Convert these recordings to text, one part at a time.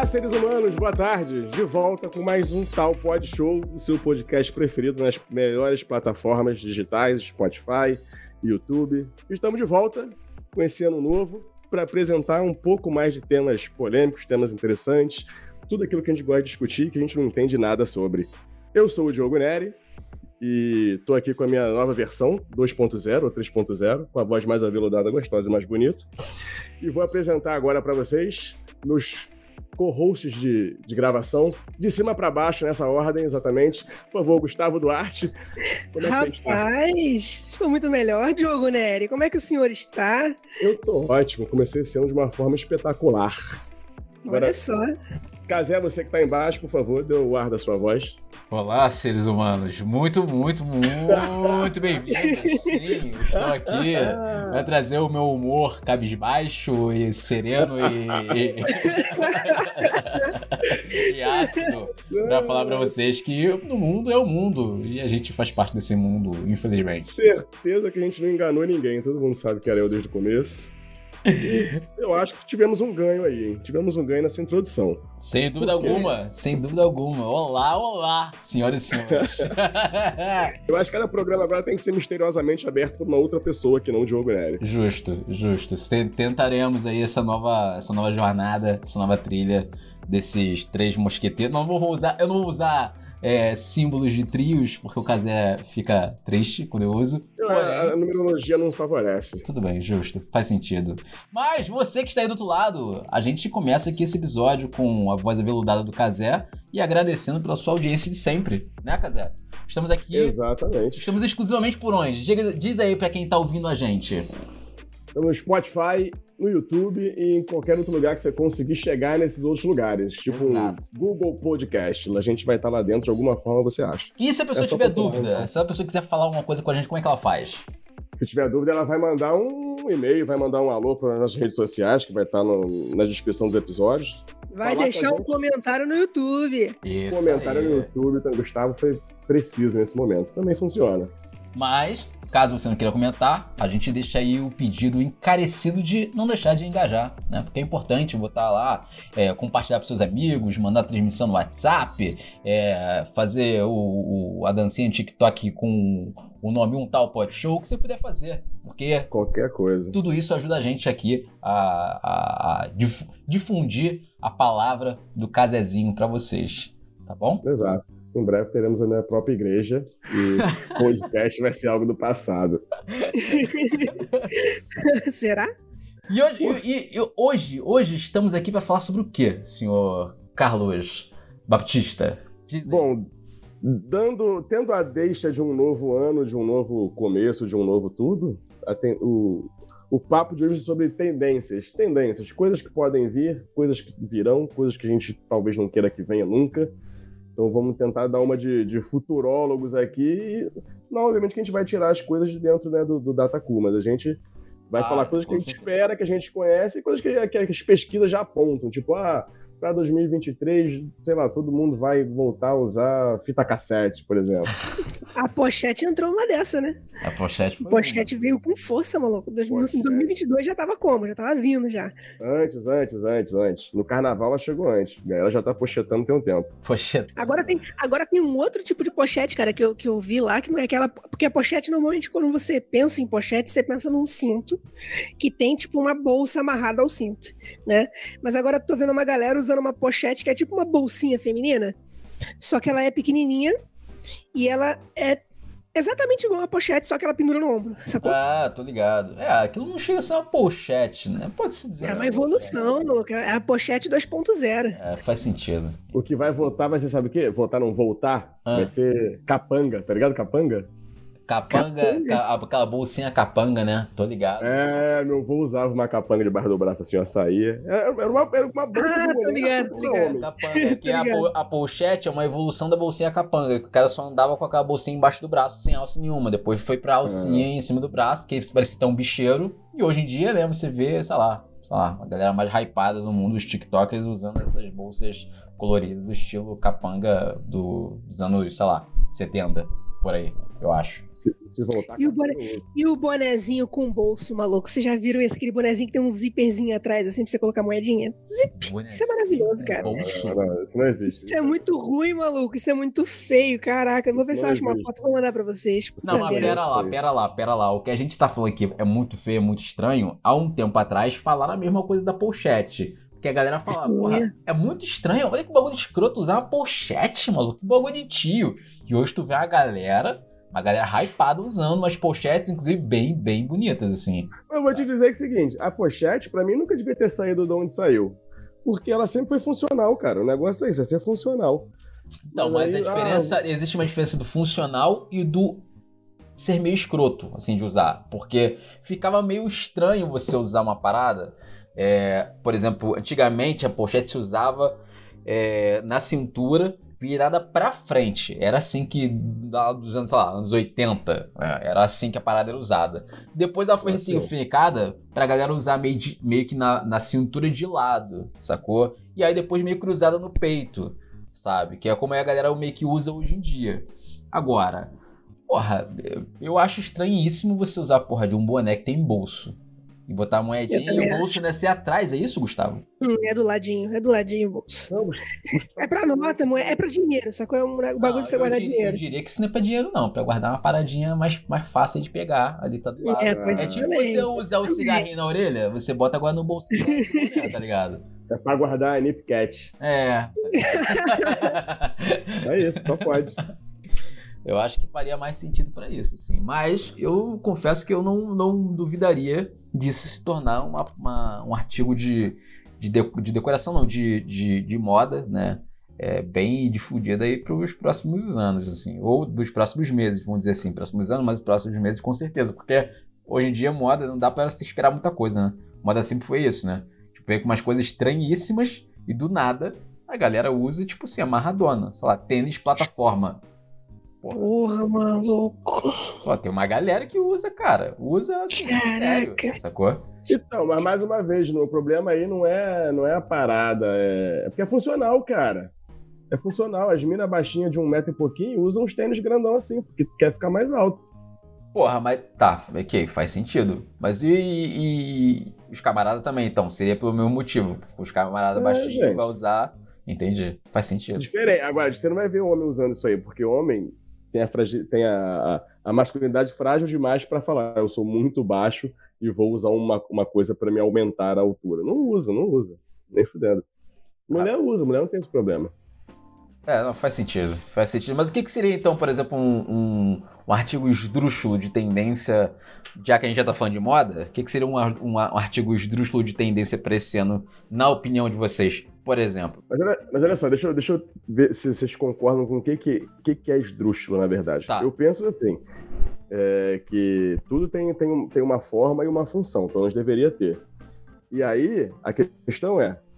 Olá, seres humanos, boa tarde. De volta com mais um Tal Pod Show, o seu podcast preferido nas melhores plataformas digitais, Spotify, YouTube. Estamos de volta com esse ano novo para apresentar um pouco mais de temas polêmicos, temas interessantes, tudo aquilo que a gente gosta de discutir e que a gente não entende nada sobre. Eu sou o Diogo Neri e estou aqui com a minha nova versão, 2.0 ou 3.0, com a voz mais aveludada, gostosa e mais bonita. E vou apresentar agora para vocês meus co-hosts de gravação, de cima para baixo, nessa ordem, exatamente. Por favor, Gustavo Duarte, como é que você está? Rapaz, estou muito melhor, Diogo Neri. Como é que o senhor está? Eu estou ótimo, comecei esse ano de uma forma espetacular. Olha só. Cazé, você que está embaixo, por favor, dê o ar da sua voz. Olá, seres humanos. Muito bem-vindos. Sim, estou aqui para trazer o meu humor cabisbaixo e sereno e ácido para falar para vocês que o mundo é o mundo e a gente faz parte desse mundo, infelizmente. Certeza que a gente não enganou ninguém, todo mundo sabe que era eu desde o começo. E eu acho que tivemos um ganho aí, hein? Tivemos um ganho nessa introdução. Sem dúvida alguma. Olá, senhoras e senhores. Eu acho que cada programa agora tem que ser misteriosamente aberto por uma outra pessoa que não o Diogo Neri. Justo. Tentaremos aí essa nova jornada, essa nova trilha desses três mosqueteiros. Eu não vou usar símbolos de trios, porque o Cazé fica triste quando eu uso. A numerologia não favorece. Tudo bem, justo, faz sentido. Mas você que está aí do outro lado, a gente começa aqui esse episódio com a voz aveludada do Cazé e agradecendo pela sua audiência de sempre, né, Cazé? Estamos aqui... Exatamente. Estamos exclusivamente por onde? Diz aí pra quem tá ouvindo a gente. Estamos no Spotify, no YouTube e em qualquer outro lugar que você conseguir chegar nesses outros lugares. Tipo Google Podcast. A gente vai estar lá dentro de alguma forma, você acha. E se a pessoa tiver dúvida? Se a pessoa quiser falar alguma coisa com a gente, como é que ela faz? Se tiver dúvida, ela vai mandar um e-mail, vai mandar um alô para nossas redes sociais, que vai estar na descrição dos episódios. Vai deixar um comentário no YouTube. Isso comentário aí. No YouTube, então, Gustavo, foi preciso nesse momento. Também funciona. Mas, caso você não queira comentar, a gente deixa aí o pedido encarecido de não deixar de engajar, né? Porque é importante botar lá, compartilhar para seus amigos, mandar transmissão no WhatsApp, fazer a dancinha no TikTok com o nome Um Tal Pod Show, o que você puder fazer. Porque qualquer coisa. Tudo isso ajuda a gente aqui a difundir a palavra do Cazezinho para vocês, tá bom? Exato. Em breve teremos a minha própria igreja e o podcast vai ser algo do passado. Será? E hoje estamos aqui para falar sobre o quê, senhor Carlos Baptista? Bom, tendo a deixa de um novo ano, de um novo começo, de um novo tudo, o papo de hoje é sobre tendências, coisas que podem vir, coisas que virão, coisas que a gente talvez não queira que venha nunca. Então vamos tentar dar uma de futurólogos aqui e, não, obviamente que a gente vai tirar as coisas de dentro, né, do Dataku, mas a gente vai falar coisas que a gente espera, que a gente conhece e coisas que as pesquisas já apontam, tipo, para 2023, sei lá, todo mundo vai voltar a usar fita cassete, por exemplo. A pochete entrou uma dessa, né? A pochete veio com força, maluco. Em 2022 já tava como? Já tava vindo já. Antes. No carnaval ela chegou antes. Ela já tá pochetando tem um tempo. Pochete. Agora tem um outro tipo de pochete, cara, que eu vi lá, que não é aquela... Porque a pochete, normalmente, quando você pensa em pochete, você pensa num cinto, que tem, tipo, uma bolsa amarrada ao cinto, né? Mas agora eu tô vendo uma galera usando uma pochete que é tipo uma bolsinha feminina, só que ela é pequenininha e ela é exatamente igual uma pochete, só que ela pendura no ombro, sacou? Ah, tô ligado. Aquilo não chega a ser uma pochete, né? Pode-se dizer. É uma evolução, é a pochete 2.0. Faz sentido. O que vai votar vai ser, sabe o quê? Votar não voltar? Vai ser capanga, tá ligado? Capanga? Capanga, aquela bolsinha capanga, né? Tô ligado. Meu avô usava uma capanga debaixo do braço assim, ó, saía. Era uma bolsa do tô ligado. Capanga, que a pochete é uma evolução da bolsinha capanga, que o cara só andava com aquela bolsinha embaixo do braço, sem alça nenhuma. Depois foi pra alcinha em cima do braço, que parecia ter um bicheiro. E hoje em dia, né, você vê, sei lá, a galera mais hypada do mundo, os tiktokers, usando essas bolsas coloridas do estilo capanga dos anos, sei lá, 70, por aí. eu acho. Se voltar, e o bonezinho com bolso, maluco? Vocês já viram esse? Aquele bonezinho que tem um zíperzinho atrás, assim, pra você colocar moedinha? Zip! Isso é maravilhoso, cara. Não, isso não existe. Isso é muito ruim, maluco. Isso é muito feio, caraca. Eu vou ver se eu acho uma foto e vou mandar pra vocês. Não, mas pera lá. O que a gente tá falando aqui é muito feio, é muito estranho. Há um tempo atrás, falaram a mesma coisa da pochete. Porque a galera fala, porra, é muito estranho. Olha que bagulho escroto usar uma pochete, maluco. Que bagulho de tio. E hoje tu vê uma galera hypada usando umas pochetes, inclusive, bem bonitas, assim. Eu vou te dizer que é o seguinte, a pochete, pra mim, nunca devia ter saído de onde saiu. Porque ela sempre foi funcional, cara. O negócio é isso, é ser funcional. Não, mas a diferença, existe uma diferença do funcional e do ser meio escroto, assim, de usar. Porque ficava meio estranho você usar uma parada. Por exemplo, antigamente a pochete se usava na cintura, virada pra frente. Era assim que, dos anos, sei lá, anos 80, era assim que a parada era usada. Depois ela foi ressignificada pra galera usar meio que na cintura de lado, sacou? E aí depois meio cruzada no peito, sabe? Que é como a galera meio que usa hoje em dia. Agora, porra, eu acho estranhíssimo você usar a porra de um boné que tem bolso. E botar a moedinha e o bolso descer atrás, é isso, Gustavo? É do ladinho o bolso. Não, é pra nota, é pra dinheiro, sacou? É um bagulho de você guardar dinheiro. Eu diria que isso não é pra dinheiro, não. Pra guardar uma paradinha mais fácil de pegar. Ali tá do lado. É tipo você usar o cigarrinho na orelha, você bota agora no bolsinho, tá ligado? É pra guardar a Nip Cat. É isso, só pode. Eu acho que faria mais sentido pra isso, assim. Mas eu confesso que eu não duvidaria disso se tornar um artigo de decoração, não, de moda, né? Bem difundida aí pros próximos anos, assim. Ou dos próximos meses, vamos dizer assim. Próximos anos, mas os próximos meses com certeza. Porque hoje em dia moda não dá pra se esperar muita coisa, né? Moda sempre foi isso, né? Tipo, vem com umas coisas estranhíssimas e do nada a galera usa, tipo assim, amarradona. Sei lá, tênis plataforma. Porra, maluco. Pô, tem uma galera que usa, cara. Usa assim, sério, sacou? Então, mas mais uma vez, o problema aí não é a parada. É porque é funcional, cara. É funcional. As minas baixinhas de 1 metro e pouquinho usam os tênis grandão assim, porque quer ficar mais alto. Porra, mas tá, ok, faz sentido. Mas e os camaradas também, então? Seria pelo mesmo motivo. Os camaradas baixinhos vai usar. Entendi. Faz sentido. Diferente. Agora, você não vai ver o homem usando isso aí, porque o homem tem a masculinidade frágil demais pra falar, eu sou muito baixo e vou usar uma coisa pra me aumentar a altura. Não usa. Nem fudendo. Mulher usa, mulher não tem esse problema. Não, faz sentido. Mas o que seria, então, por exemplo, um artigo esdrúxulo de tendência, já que a gente já tá falando de moda, o que seria um artigo esdrúxulo de tendência pra esse ano, na opinião de vocês, por exemplo? Mas olha só, deixa eu ver se vocês concordam com o que é esdrúxulo, na verdade. Tá. Eu penso assim, que tudo tem uma forma e uma função, pelo menos deveria ter. E aí, a questão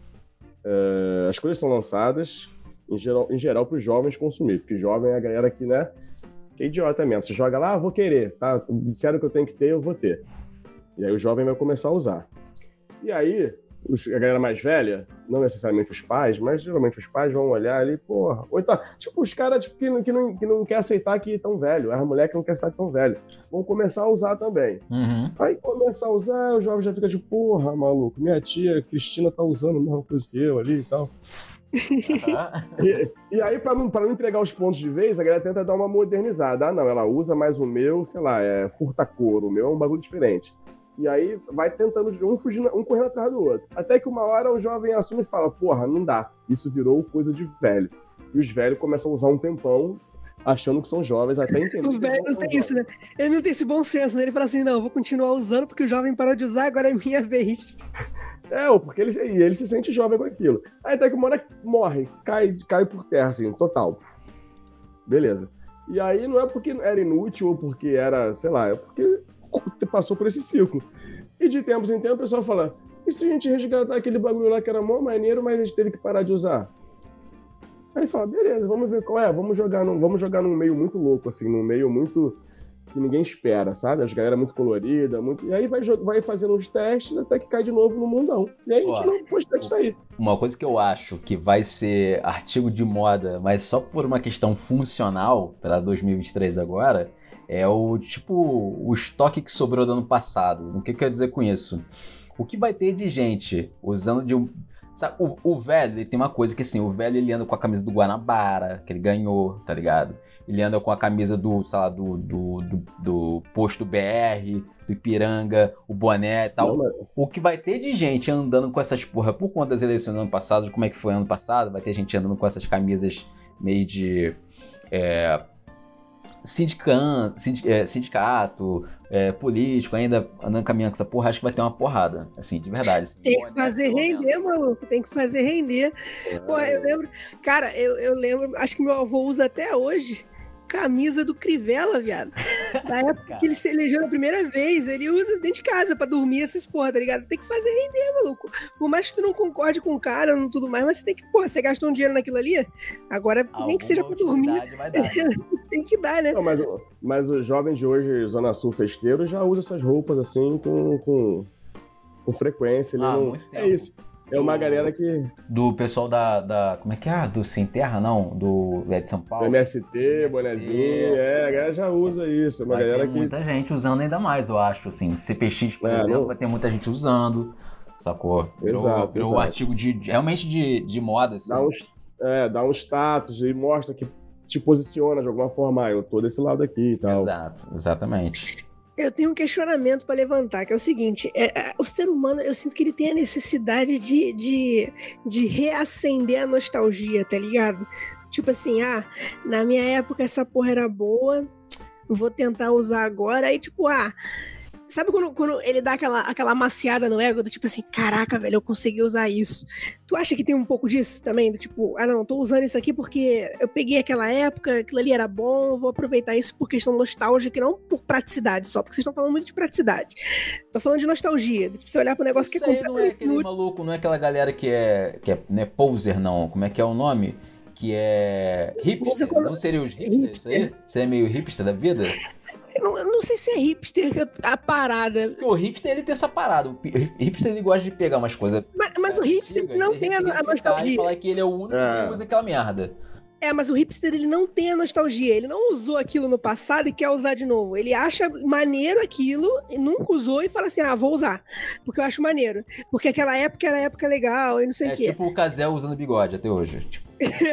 as coisas são lançadas em geral para os jovens consumir, porque jovem é a galera que, né, que é idiota mesmo. Você joga lá, vou querer, tá? Disseram que eu tenho que ter, eu vou ter. E aí o jovem vai começar a usar. E aí, a galera mais velha, não necessariamente os pais, mas geralmente os pais vão olhar ali, porra. Ou então, tipo, os caras tipo, que não quer aceitar que estão velho, as mulheres que não quer aceitar que estão velho, vão começar a usar também. Uhum. Aí começa a usar, o jovem já fica tipo, porra, maluco, minha tia Cristina tá usando a mesma coisa que eu ali e tal. E aí, pra não entregar os pontos de vez, a galera tenta dar uma modernizada. Não, ela usa mais o meu, sei lá, furta-couro, o meu é um bagulho diferente. E aí vai tentando um correndo atrás do outro. Até que uma hora o jovem assume e fala, porra, não dá, isso virou coisa de velho. E os velhos começam a usar um tempão, achando que são jovens, até entender. O velho não tem isso, né? Ele não tem esse bom senso, né? Ele fala assim, não, eu vou continuar usando porque o jovem parou de usar, agora é minha vez. Porque ele se sente jovem com aquilo. Aí até que uma hora morre, cai por terra, assim, total. Beleza. E aí não é porque era inútil ou porque era, sei lá, é porque passou por esse ciclo. E de tempos em tempos o pessoal fala, e se a gente resgatar aquele bagulho lá que era mó maneiro, mas a gente teve que parar de usar? Aí fala, beleza, vamos ver qual é, vamos jogar num meio muito louco, assim, num meio muito que ninguém espera, sabe? As galera muito colorida, muito... E aí vai fazendo uns testes até que cai de novo no mundão. E aí a gente não pôs teste aí. Uma coisa que eu acho que vai ser artigo de moda, mas só por uma questão funcional, para 2023 agora, é o estoque que sobrou do ano passado. O que eu quero dizer com isso? O que vai ter de gente usando de um... Sabe, o velho, ele tem uma coisa que assim, o velho ele anda com a camisa do Guanabara, que ele ganhou, tá ligado? Ele anda com a camisa do, sei lá, do posto BR, do Ipiranga, o boné e tal. O que vai ter de gente andando com essas porra por conta das eleições do ano passado, como é que foi ano passado, vai ter gente andando com essas camisas meio de sindicato, político, ainda andando caminhando com essa porra, acho que vai ter uma porrada, assim, de verdade. Assim, tem que fazer render, maluco, tem que fazer render. Porra, eu lembro, cara, eu lembro, acho que meu avô usa até hoje camisa do Crivella, viado. Da época que ele se elegeu na primeira vez, ele usa dentro de casa pra dormir essas porra, tá ligado? Tem que fazer render, maluco. Por mais que tu não concorde com o cara e tudo mais, mas você tem que, porra, você gastou um dinheiro naquilo ali, agora nem que seja pra dormir. Vai dar. Tem que dar, né? Não, mas os jovens de hoje, Zona Sul festeiro, já usam essas roupas assim com frequência. É isso. É uma galera que... Do pessoal como é que é? Do Sem Terra, não? Do de São Paulo? Do MST, bonezinho. A galera já usa isso. É uma galera que... muita gente usando ainda mais, eu acho. Assim, CPX, por exemplo, vai ter muita gente usando. Sacou? Virou um artigo realmente de moda. Assim. Dá um status e mostra que te posiciona de alguma forma. Eu tô desse lado aqui e tal. Exato, exatamente. Eu tenho um questionamento pra levantar, que é o seguinte, o ser humano, eu sinto que ele tem a necessidade de reacender a nostalgia, tá ligado? Tipo assim, na minha época essa porra era boa, vou tentar usar agora, aí tipo, sabe quando ele dá aquela amaciada no ego, do tipo assim, caraca, velho, eu consegui usar isso. Tu acha que tem um pouco disso também? Do tipo, não, tô usando isso aqui porque eu peguei aquela época, aquilo ali era bom, vou aproveitar isso por questão nostálgica e não por praticidade só, porque vocês estão falando muito de praticidade. Tô falando de nostalgia, de você olhar pro negócio que é completamente... Isso aí não é aquele maluco, não é aquela galera que não é poser, não. Como é que é o nome? Que é hipster. Não seria os hipsters isso aí? Você é meio hipster da vida? Eu não sei se é hipster a parada. Porque o hipster, ele tem essa parada. O hipster, ele gosta de pegar umas coisas... Mas o hipster não tem a nostalgia. E falar que ele é o único que usa aquela merda. Mas o hipster, ele não tem a nostalgia. Ele não usou aquilo no passado e quer usar de novo. Ele acha maneiro aquilo, e nunca usou e fala assim, vou usar. Porque eu acho maneiro. Porque aquela época era época legal e não sei o quê. É tipo o Cazé usando bigode até hoje. Tipo.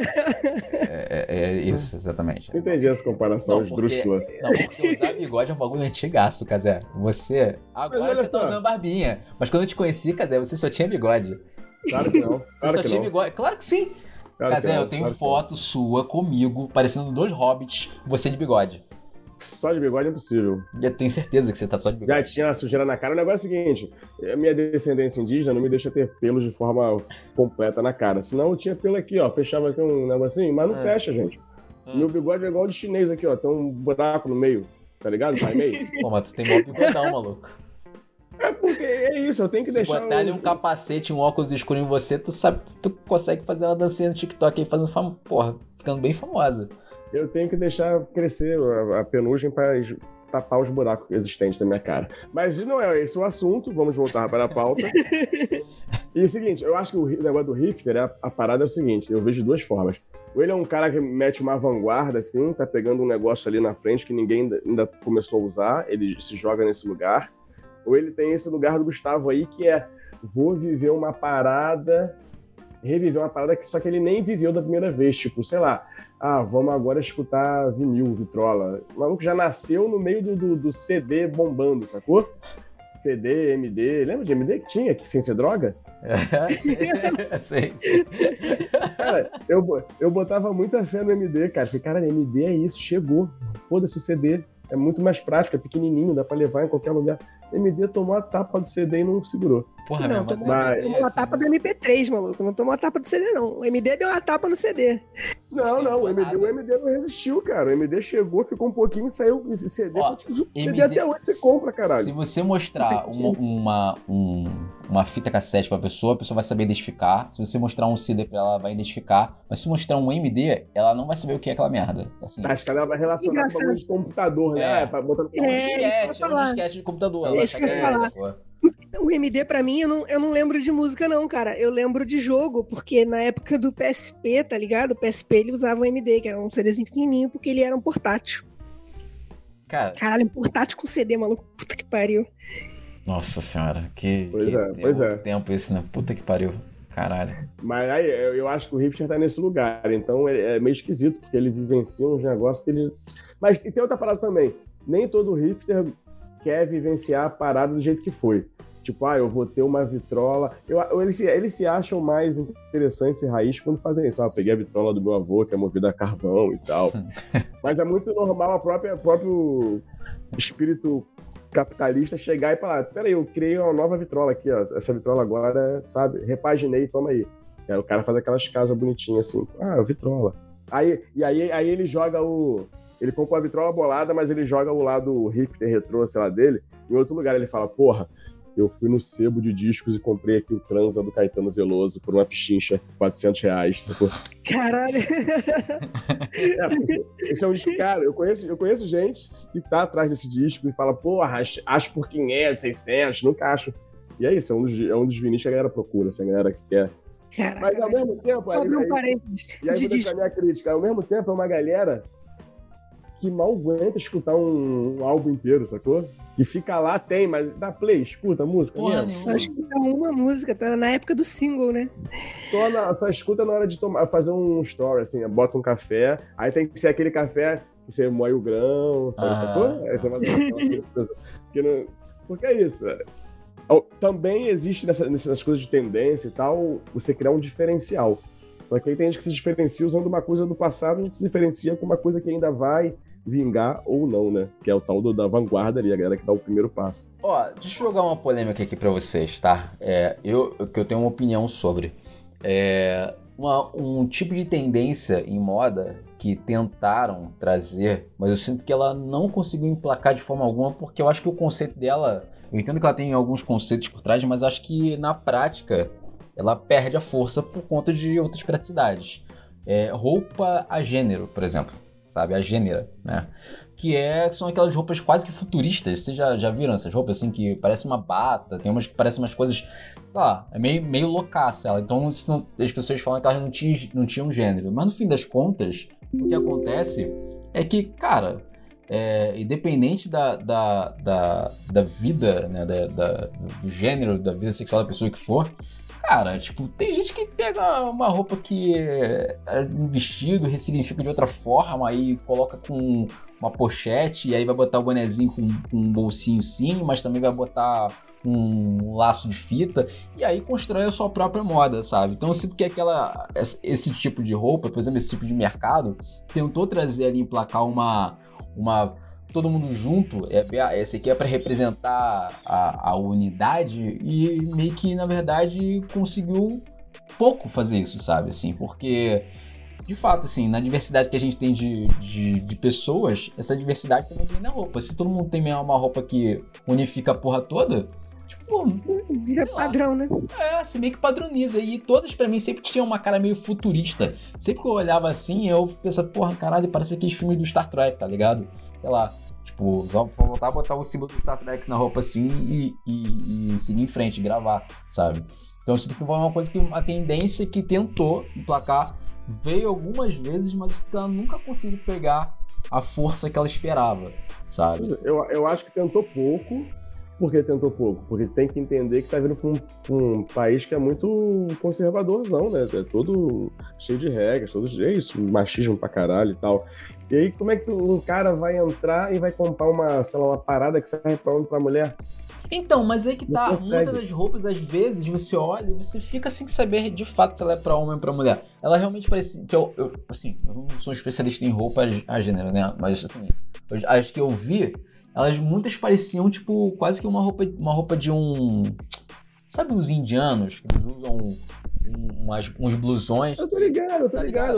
É isso, exatamente. Não entendi essa comparação esdrúxula. Não, porque usar bigode é um bagulho antigaço, Cazé. Agora você tá usando barbinha. Mas quando eu te conheci, Cazé, você só tinha bigode. Claro que não. Você só tinha bigode. Claro que sim. Cazé, eu tenho foto sua comigo, parecendo 2 hobbits, você de bigode. Só de bigode é impossível. Eu tenho certeza que você tá só de bigode. Já tinha sujeira na cara. O negócio é o seguinte, a minha descendência indígena não me deixa ter pelos de forma completa na cara. Senão eu tinha pelo aqui, fechava aqui um negocinho, mas não fecha, gente. Meu bigode é igual de chinês aqui, tem um buraco no meio, tá ligado? Vai meio. Pô, mas tu tem mó bigodão, maluco. É porque é isso, eu tenho que deixar... Se botar ali um capacete, um óculos escuro em você, tu consegue fazer uma dancinha no TikTok aí, ficando bem famosa. Eu tenho que deixar crescer a penugem para tapar os buracos existentes da minha cara. Mas não é esse o assunto, vamos voltar para a pauta. E é o seguinte, eu acho que o negócio do hipster, a parada é o seguinte, eu vejo de 2 formas. Ou ele é um cara que mete uma vanguarda, assim, tá pegando um negócio ali na frente que ninguém ainda começou a usar, ele se joga nesse lugar. Ou ele tem esse lugar do Gustavo aí, que vou viver uma parada, reviver uma parada que só que ele nem viveu da primeira vez. Tipo, sei lá, vamos agora escutar vinil, vitrola. O maluco já nasceu no meio do CD bombando, sacou? CD, MD, lembra de MD que tinha, que sem ser droga? Sei. Cara, eu botava muita fé no MD, cara. Falei, cara, MD é isso, chegou. Foda-se o CD. É muito mais prático, é pequenininho, dá pra levar em qualquer lugar. MD tomou a tapa do CD e não segurou. Porra, não, tomou a tapa do MP3, maluco. Não tomou a tapa do CD, não. O MD deu a tapa no CD. Não, o MD não resistiu, cara. O MD chegou, ficou um pouquinho e saiu esse CD. O MD até hoje você compra, caralho. Se você mostrar uma fita cassete pra pessoa, a pessoa vai saber identificar. Se você mostrar um CD pra ela, ela vai identificar. Mas se mostrar um MD, ela não vai saber o que é aquela merda. Assim, acho que ela vai relacionar com bagulho de computador, né? Pra botar no disquete de computador. Ela acha que o MD pra mim, eu não lembro de música não, cara. Eu lembro de jogo, porque na época do PSP, tá ligado? O PSP ele usava o MD, que era um CDzinho pequenininho, porque ele era um portátil. Caralho, um portátil com CD, maluco. Puta que pariu. Nossa senhora, Pois é. Tempo esse, né? Puta que pariu. Caralho. Mas aí eu acho que o hipster tá nesse lugar, então é meio esquisito, porque ele vivencia uns negócios que ele... Mas e tem outra parada também. Nem todo hipster quer vivenciar a parada do jeito que foi. Tipo, eu vou ter uma vitrola. Eles se acham mais interessantes e raiz quando fazem isso. Eu peguei a vitrola do meu avô, que é movida a carvão e tal. Mas é muito normal o próprio espírito capitalista chegar e falar: peraí, eu criei uma nova vitrola aqui, ó. Essa vitrola agora, sabe, repaginei, toma aí. Aí o cara faz aquelas casas bonitinhas assim. Vitrola. Aí ele joga ele compra uma vitrola bolada, mas ele joga o lado hipster retrô, sei lá, dele, em outro lugar. Ele fala: porra, eu fui no sebo de discos e comprei aqui o Transa do Caetano Veloso por uma pichincha, R$400, sacou? Caralho! Esse é um disco, cara, eu conheço gente que tá atrás desse disco e fala: porra, acho por 500, 600, nunca acho. E é isso, é um dos vinis que a galera procura, essa galera que quer. Caraca, mas ao mesmo tempo... E aí vou deixar a minha crítica. Ao mesmo tempo, é uma galera que mal aguenta escutar um álbum inteiro, sacou? Que fica lá, mas dá play, escuta a música mesmo. Só escuta uma música, tá na época do single, né? Só escuta na hora de fazer um story, assim, bota um café, aí tem que ser aquele café que você moe o grão, sabe? Sacou? Aí você vai dar porque é isso, velho. Também existe nessas coisas de tendência e tal, você criar um diferencial. Só que aí tem gente que se diferencia usando uma coisa do passado, a gente se diferencia com uma coisa que ainda vai vingar ou não, né? Que é o tal da vanguarda ali, a galera que dá o primeiro passo. Deixa eu jogar uma polêmica aqui pra vocês, tá? Eu tenho uma opinião sobre. Um tipo de tendência em moda que tentaram trazer, mas eu sinto que ela não conseguiu emplacar de forma alguma, porque eu acho que o conceito dela... Eu entendo que ela tem alguns conceitos por trás, mas acho que na prática ela perde a força por conta de outras praticidades. Roupa a gênero, por exemplo, sabe? A gênera, né? Que são aquelas roupas quase que futuristas. Vocês já viram essas roupas assim que parecem uma bata? Tem umas que parecem umas coisas, sei lá, é meio loucaça ela. Então as pessoas falam que elas não tinham gênero. Mas no fim das contas, o que acontece é que, cara... independente da vida, né, do gênero, da vida sexual da pessoa que for, cara, tipo, tem gente que pega uma roupa que é um vestido, ressignifica de outra forma, aí coloca com uma pochete, e aí vai botar o bonezinho com um bolsinho sim, mas também vai botar um laço de fita, e aí constrói a sua própria moda, sabe? Então eu sinto que esse tipo de roupa, por exemplo, esse tipo de mercado, tentou trazer ali, emplacar uma todo mundo junto, esse aqui é para representar a unidade, e meio que na verdade conseguiu pouco fazer isso, sabe, assim, porque de fato, assim, na diversidade que a gente tem de pessoas, essa diversidade também tem na roupa. Se todo mundo tem uma roupa que unifica a porra toda, tipo, vira padrão, né? Você meio que padroniza. E todas pra mim sempre tinham uma cara meio futurista. Sempre que eu olhava assim, eu pensava, porra, caralho, parece aqueles filmes do Star Trek, tá ligado? Sei lá, tipo, só voltar a botar o símbolo do Star Trek na roupa assim e seguir em frente, gravar, sabe? Então isso foi uma coisa que uma tendência que tentou emplacar, veio algumas vezes, mas ela nunca conseguiu pegar a força que ela esperava, sabe? Eu acho que tentou pouco. Por que tentou pouco? Porque tem que entender que tá vindo pra um país que é muito conservadorzão, né? É todo cheio de regras, é isso, machismo pra caralho e tal. E aí, como é que um cara vai entrar e vai comprar uma parada que serve pra mulher? Então, mas aí que tá, muitas das roupas, às vezes, você olha e você fica sem saber de fato se ela é pra homem ou pra mulher. Ela realmente parece... eu não sou um especialista em roupa a gênero, né? Mas, assim, as que eu vi, elas muitas pareciam, tipo, quase que uma roupa de um... Sabe os indianos que eles usam uns blusões? Eu tô ligado.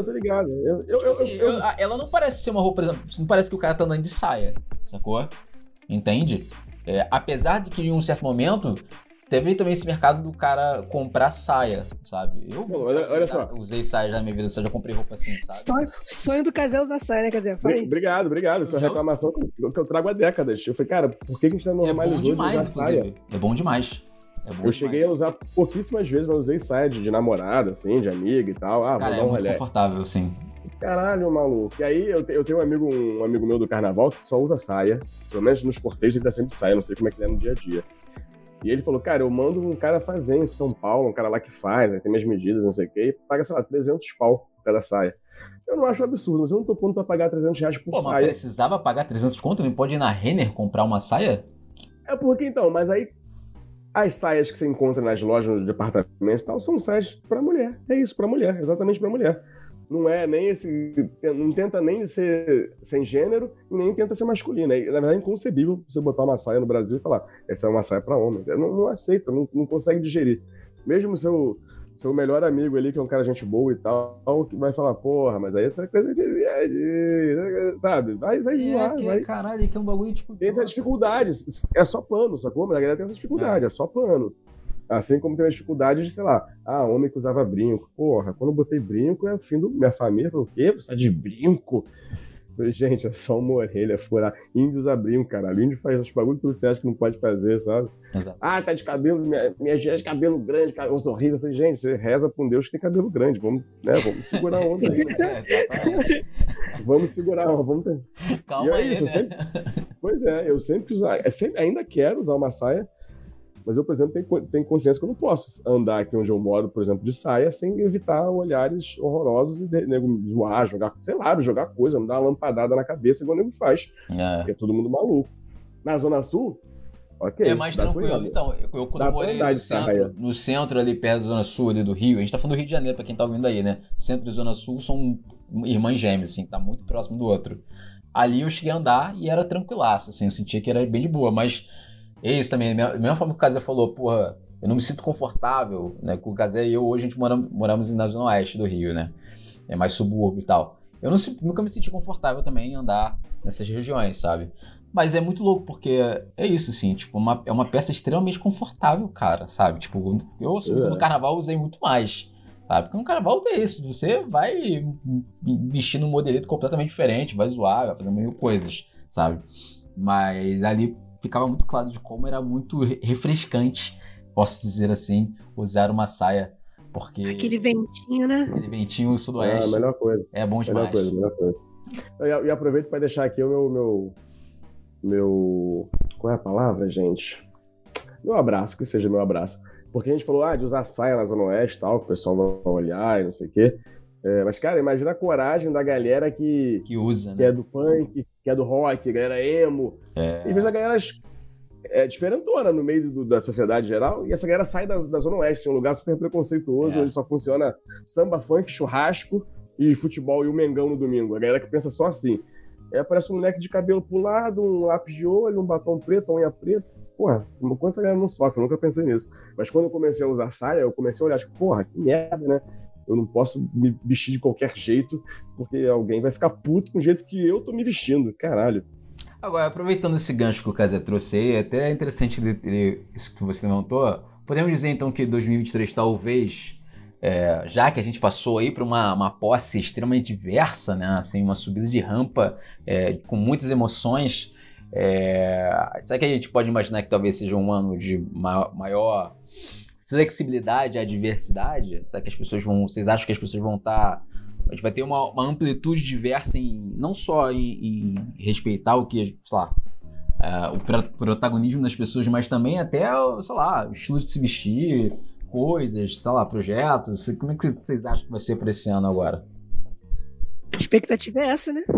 Ela não parece ser uma roupa, por exemplo, não parece que o cara tá andando de saia, sacou? Entende? Apesar de que em um certo momento teve também esse mercado do cara comprar saia, sabe? Olha só. Usei saia já na minha vida, já comprei roupa assim, sabe? Sonho do Casé usar saia, né, Casé? Obrigado. Isso é uma reclamação que eu trago há décadas. Eu falei, cara, por que a gente não normalizou de usar saia? É bom demais. Eu cheguei a usar pouquíssimas vezes, mas usei saia de namorada, assim, de amiga e tal. Cara, vou dar um muito rolê. Confortável, sim. Caralho, maluco. E aí eu tenho um amigo meu do carnaval que só usa saia. Pelo menos nos cortejos ele tá sempre de saia, não sei como é que ele é no dia a dia. E ele falou, cara, eu mando um cara fazer em São Paulo, um cara lá que faz, aí tem minhas medidas, não sei o quê, e paga, sei lá, 300 pau cada saia. Eu não acho absurdo, mas eu não tô pondo pra pagar 300 reais por saia. Mas precisava pagar 300 conto? Não pode ir na Renner comprar uma saia? É porque então, mas aí as saias que você encontra nas lojas, nos departamentos e tal, são saias pra mulher. É isso, pra mulher, exatamente pra mulher. Não é nem não tenta nem ser sem gênero e nem tenta ser masculino. Na verdade é inconcebível você botar uma saia no Brasil e falar, essa é uma saia pra homem. Não aceita, não consegue digerir. Mesmo seu melhor amigo ali, que é um cara gente boa e tal, que vai falar, porra, mas aí essa coisa de sabe? Vai zoar, vai. Caralho, que é um bagulho tipo... Tem essas dificuldades, é só pano, sacou? Mas a galera tem essas dificuldades, é só pano. Assim como tem a dificuldade de, sei lá, homem que usava brinco. Porra, quando eu botei brinco, é o fim minha família falou, o quê? Você tá de brinco? Eu falei, gente, é só uma orelha furar. Índio usa brinco, caralho. Índio faz esses bagulho que você acha que não pode fazer, sabe? Exato. Tá de cabelo, minha gente de cabelo grande, cabelo horrível. Eu falei, gente, você reza pra um Deus que tem cabelo grande. Vamos segurar a onda aí. Vamos segurar a onda. Vamos ter... Calma e é aí, isso, né? eu sempre ainda quero usar uma saia, mas eu, por exemplo, tenho consciência que eu não posso andar aqui onde eu moro, por exemplo, de saia, sem evitar olhares horrorosos e nego zoar, jogar coisa, me dar uma lampadada na cabeça, igual o nego faz. Porque é todo mundo maluco. Na Zona Sul, ok. É mais tranquilo. Então, eu quando eu morei no centro, ali perto da Zona Sul, ali do Rio, a gente tá falando do Rio de Janeiro, pra quem tá ouvindo aí, né? Centro e Zona Sul são irmãs gêmeas, assim, tá muito próximo do outro. Ali eu cheguei a andar e era tranquilaço, assim, eu sentia que era bem de boa, mas... É isso também, da mesma forma que o Casé falou, porra, eu não me sinto confortável, né? Com o Casé e eu hoje a gente moramos na Zona Oeste do Rio, né? É mais subúrbio e tal. Eu nunca me senti confortável também em andar nessas regiões, sabe? Mas é muito louco, porque é isso, assim, tipo, é uma peça extremamente confortável, cara, sabe? Tipo, no carnaval usei muito mais, sabe? Porque no carnaval é isso, você vai vestir num modelito completamente diferente, vai zoar, vai fazer mil coisas, sabe? Mas ali... ficava muito claro de como era muito refrescante, posso dizer assim, usar uma saia, porque... Aquele ventinho, né? Aquele ventinho sudoeste. A melhor coisa. É bom demais. Melhor coisa. E aproveito para deixar aqui o meu... Qual é a palavra, gente? Meu abraço, que seja meu abraço. Porque a gente falou, de usar saia na Zona Oeste e tal, que o pessoal vai olhar e não sei o quê. Mas, cara, imagina a coragem da galera que usa, né? Que é do punk, que é do rock, a galera emo. E às vezes a galera é diferentona no meio da sociedade geral, e essa galera sai da Zona Oeste, um lugar super preconceituoso, onde só funciona samba, funk, churrasco e futebol e o Mengão no domingo. A galera que pensa só assim. Aparece um moleque de cabelo pro lado, um lápis de olho, um batom preto, uma unha preta. Porra, quando essa galera não sofre, eu nunca pensei nisso. Mas quando eu comecei a usar saia, eu comecei a olhar, tipo, porra, que merda, né? Eu não posso me vestir de qualquer jeito, porque alguém vai ficar puto com o jeito que eu tô me vestindo. Caralho. Agora, aproveitando esse gancho que o Casé trouxe aí, é até interessante isso que você levantou. Podemos dizer, então, que 2023 talvez, já que a gente passou aí para uma posse extremamente diversa, né? Assim, uma subida de rampa com muitas emoções, será que a gente pode imaginar que talvez seja um ano de maior... flexibilidade à diversidade? Será que vocês acham que as pessoas vão estar... A gente vai ter uma amplitude diversa não só em respeitar o que, sei lá, o protagonismo das pessoas, mas também até, sei lá, o estilo de se vestir, coisas, sei lá, projetos. Como é que vocês acham que vai ser para esse ano agora? A expectativa é essa, né?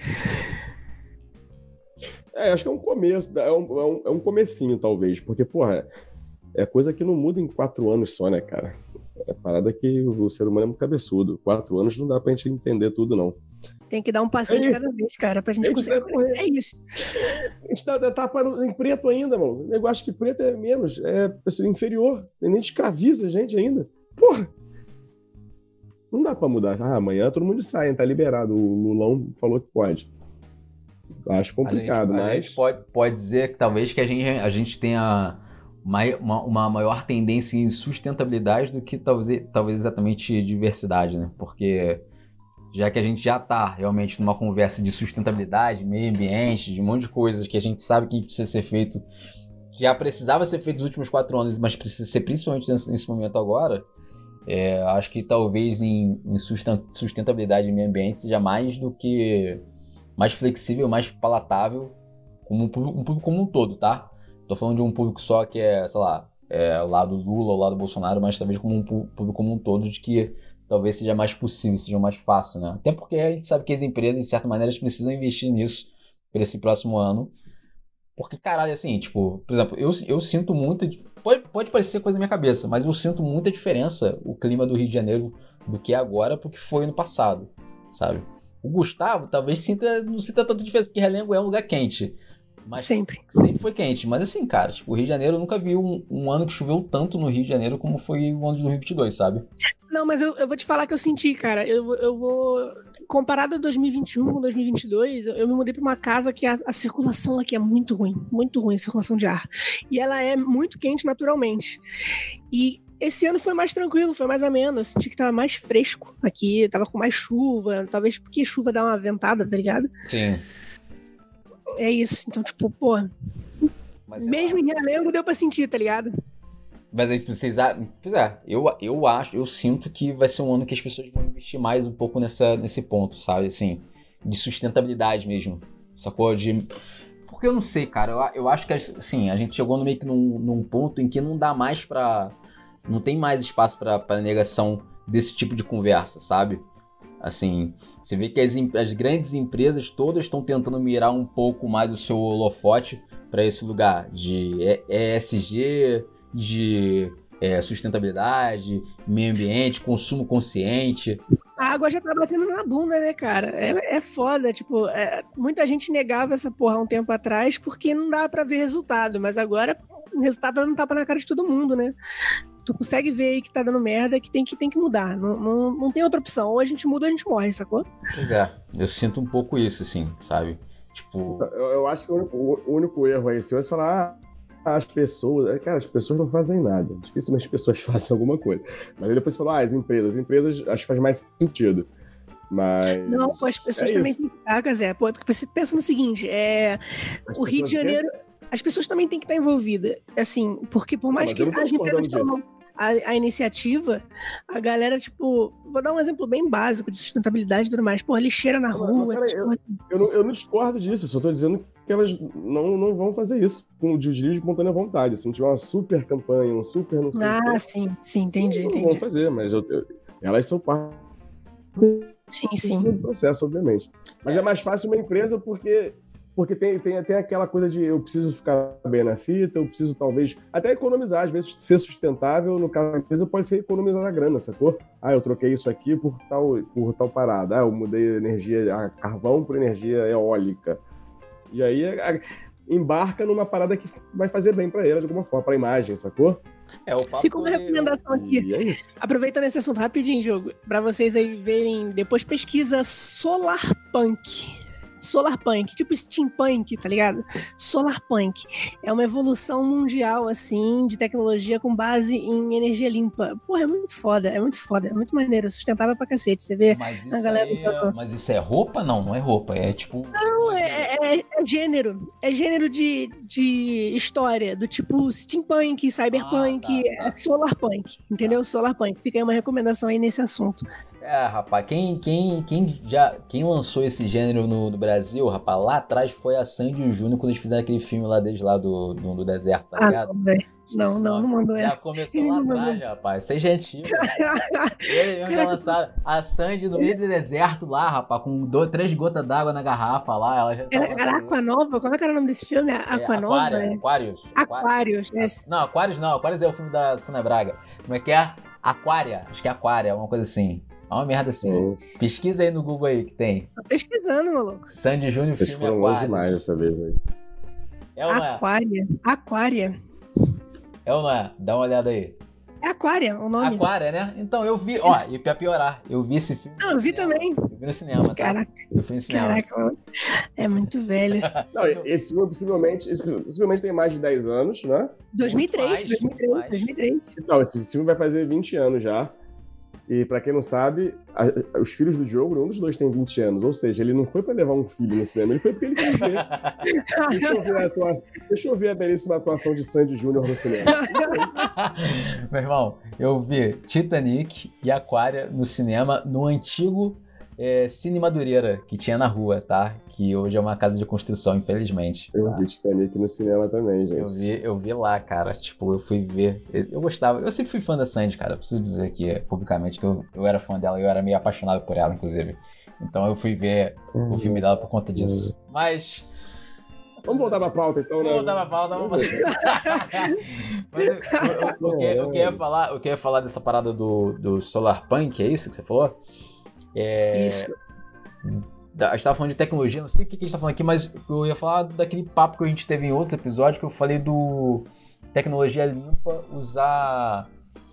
Acho que é um começo, é um comecinho, talvez, porque, porra, é coisa que não muda em 4 anos só, né, cara? É parada que o ser humano é muito cabeçudo. 4 anos não dá pra gente entender tudo, não. Tem que dar um passinho de cada vez, cara, pra gente conseguir. É isso. A gente tá em preto ainda, mano. O negócio que preto é menos, é inferior. Nem escraviza a gente ainda. Porra! Não dá pra mudar. Amanhã todo mundo sai, tá liberado. O Lulão falou que pode. Acho complicado, mas... A gente pode dizer que talvez que a gente tenha uma maior tendência em sustentabilidade do que talvez exatamente diversidade, né? Porque já que a gente já está realmente numa conversa de sustentabilidade, meio ambiente, de um monte de coisas que a gente sabe que precisa ser feito, que já precisava ser feito nos últimos 4 anos, mas precisa ser principalmente nesse momento agora, acho que talvez em sustentabilidade e meio ambiente seja mais flexível, mais palatável, como um público como um todo, tá? Tô falando de um público só que sei lá, o lado Lula, o lado Bolsonaro, mas talvez como um público como um todo, de que talvez seja mais possível, seja mais fácil, né? Até porque a gente sabe que as empresas, de certa maneira, precisam investir nisso para esse próximo ano. Porque, caralho, assim, tipo, por exemplo, eu sinto muito... Pode parecer coisa da minha cabeça, mas eu sinto muita diferença o clima do Rio de Janeiro do que é agora pro que foi no passado, sabe? O Gustavo talvez não sinta tanta diferença, porque Realengo é um lugar quente. Mas sempre foi quente. Mas assim, cara, tipo, o Rio de Janeiro, eu nunca vi um ano que choveu tanto no Rio de Janeiro como foi o ano de 2022, sabe? Não, mas eu vou te falar que eu senti, cara. Eu vou... Comparado a 2021 com 2022, eu me mudei pra uma casa que a circulação aqui é muito ruim a circulação de ar. E ela é muito quente naturalmente. E esse ano foi mais tranquilo, foi mais ameno. Eu senti que tava mais fresco aqui, tava com mais chuva. Talvez porque chuva dá uma ventada, tá ligado? Sim. É isso. Então, tipo, pô... Mesmo em Realengo deu pra sentir, tá ligado? Mas aí vocês... Pois é, eu sinto que vai ser um ano que as pessoas vão investir mais um pouco nesse ponto, sabe? Assim, de sustentabilidade mesmo. Sacou? Porque eu não sei, cara. Eu acho que, assim, a gente chegou meio que num ponto em que não dá mais pra... Não tem mais espaço pra negação desse tipo de conversa, sabe? Assim, você vê que as grandes empresas todas estão tentando mirar um pouco mais o seu holofote para esse lugar de ESG, de sustentabilidade, meio ambiente, consumo consciente. A água já tá batendo na bunda, né, cara? É foda, tipo, muita gente negava essa porra há um tempo atrás porque não dá pra ver resultado, mas agora o resultado não tapa na cara de todo mundo, né? Tu consegue ver aí que tá dando merda, que tem que mudar. Não tem outra opção. Ou a gente muda ou a gente morre, sacou? Pois é, eu sinto um pouco isso, assim, sabe? Tipo... Eu acho que o único erro aí, se você falar, as pessoas... Cara, as pessoas não fazem nada. Dificilmente as pessoas fazem alguma coisa. Mas aí depois você falou, as empresas acho que faz mais sentido. Mas... Não, pô, as pessoas também têm que estar, Zé. Pô, porque você pensa no seguinte, o Rio de Janeiro... As pessoas também têm que estar envolvidas, assim, porque por mais que as empresas tomam a iniciativa, a galera, tipo, vou dar um exemplo bem básico de sustentabilidade e tudo mais, pô, lixeira na rua, assim. Eu não discordo disso, eu só tô dizendo que elas não vão fazer isso com de espontânea vontade. Se não tiver uma super campanha, um super não sei sim, entendi. Não vão fazer, mas elas são parte do processo, obviamente. Mas é mais fácil uma empresa porque tem aquela coisa de eu preciso ficar bem na fita, eu preciso talvez até economizar, às vezes ser sustentável, no caso da empresa pode ser economizar a grana, sacou? Eu troquei isso aqui por tal parada, eu mudei a carvão por energia eólica. E aí embarca numa parada que vai fazer bem pra ela de alguma forma, pra imagem, sacou? Fica uma recomendação aqui, aproveitando esse assunto rapidinho, Diogo, pra vocês aí verem, depois pesquisa Solarpunk, tipo steampunk, tá ligado? Solarpunk é uma evolução mundial, assim, de tecnologia com base em energia limpa. Porra, é muito foda, é muito maneiro, sustentável pra cacete, você vê a galera... Mas isso é roupa? Não é roupa, é tipo... Não, é gênero de história, do tipo steampunk, cyberpunk, tá. Solarpunk, entendeu? Solarpunk, fica aí uma recomendação aí nesse assunto. Rapaz, quem lançou esse gênero no Brasil, rapaz, lá atrás foi a Sandy Júnior quando eles fizeram aquele filme lá deles lá do deserto, tá ligado? Não mandou essa. Já começou lá atrás, rapaz, isso é gentil. Eles já lançaram a Sandy no meio do deserto lá, rapaz, com 3 gotas d'água na garrafa lá. Ela já era Aquanova? Como é que era o nome desse filme? Aquanova? Aquarius. Não, Aquarius é o filme da Sônia Braga. Como é que é? Aquária, acho que é Aquária, uma coisa assim. É uma merda assim. Pesquisa aí no Google aí que tem. Tô pesquisando, maluco. Sandy Júnior, filme Aquária. Vocês foram longe demais dessa vez aí. É ou não é? Aquária. É ou não é? Dá uma olhada aí. É Aquária o nome. Aquária, né? Então eu vi, ó, e pra piorar, eu vi esse filme. Não, eu vi também. Eu vi no cinema, tá? Caraca. Eu fui no cinema. Caraca, mano. É muito velho. Não, esse filme possivelmente tem mais de 10 anos, né? 2003. Então, esse filme vai fazer 20 anos já. E pra quem não sabe, os filhos do Diogo, um dos dois tem 20 anos. Ou seja, ele não foi pra levar um filho no cinema, ele foi porque ele quis ver. Deixa eu ver a belíssima atuação de Sandy Júnior no cinema. Meu irmão, eu vi Titanic e Aquária no cinema, no antigo Cine Madureira, que tinha na rua, tá? Que hoje é uma casa de construção, infelizmente. Eu tá? vi Titanic no cinema também, gente. Eu vi lá, cara. Tipo, eu fui ver. Eu gostava. Eu sempre fui fã da Sandy, cara. Eu preciso dizer aqui publicamente que eu era fã dela e eu era meio apaixonado por ela, inclusive. Então eu fui ver o filme dela por conta disso. Mas. Vamos voltar pra pauta, então, né? Vamos voltar pra pauta, vamos. Mas eu queria falar dessa parada do Solar Punk, é isso que você falou? Isso. A gente tava falando de tecnologia, não sei o que a gente tá falando aqui, mas eu ia falar daquele papo que a gente teve em outros episódios, que eu falei do tecnologia limpa, usar...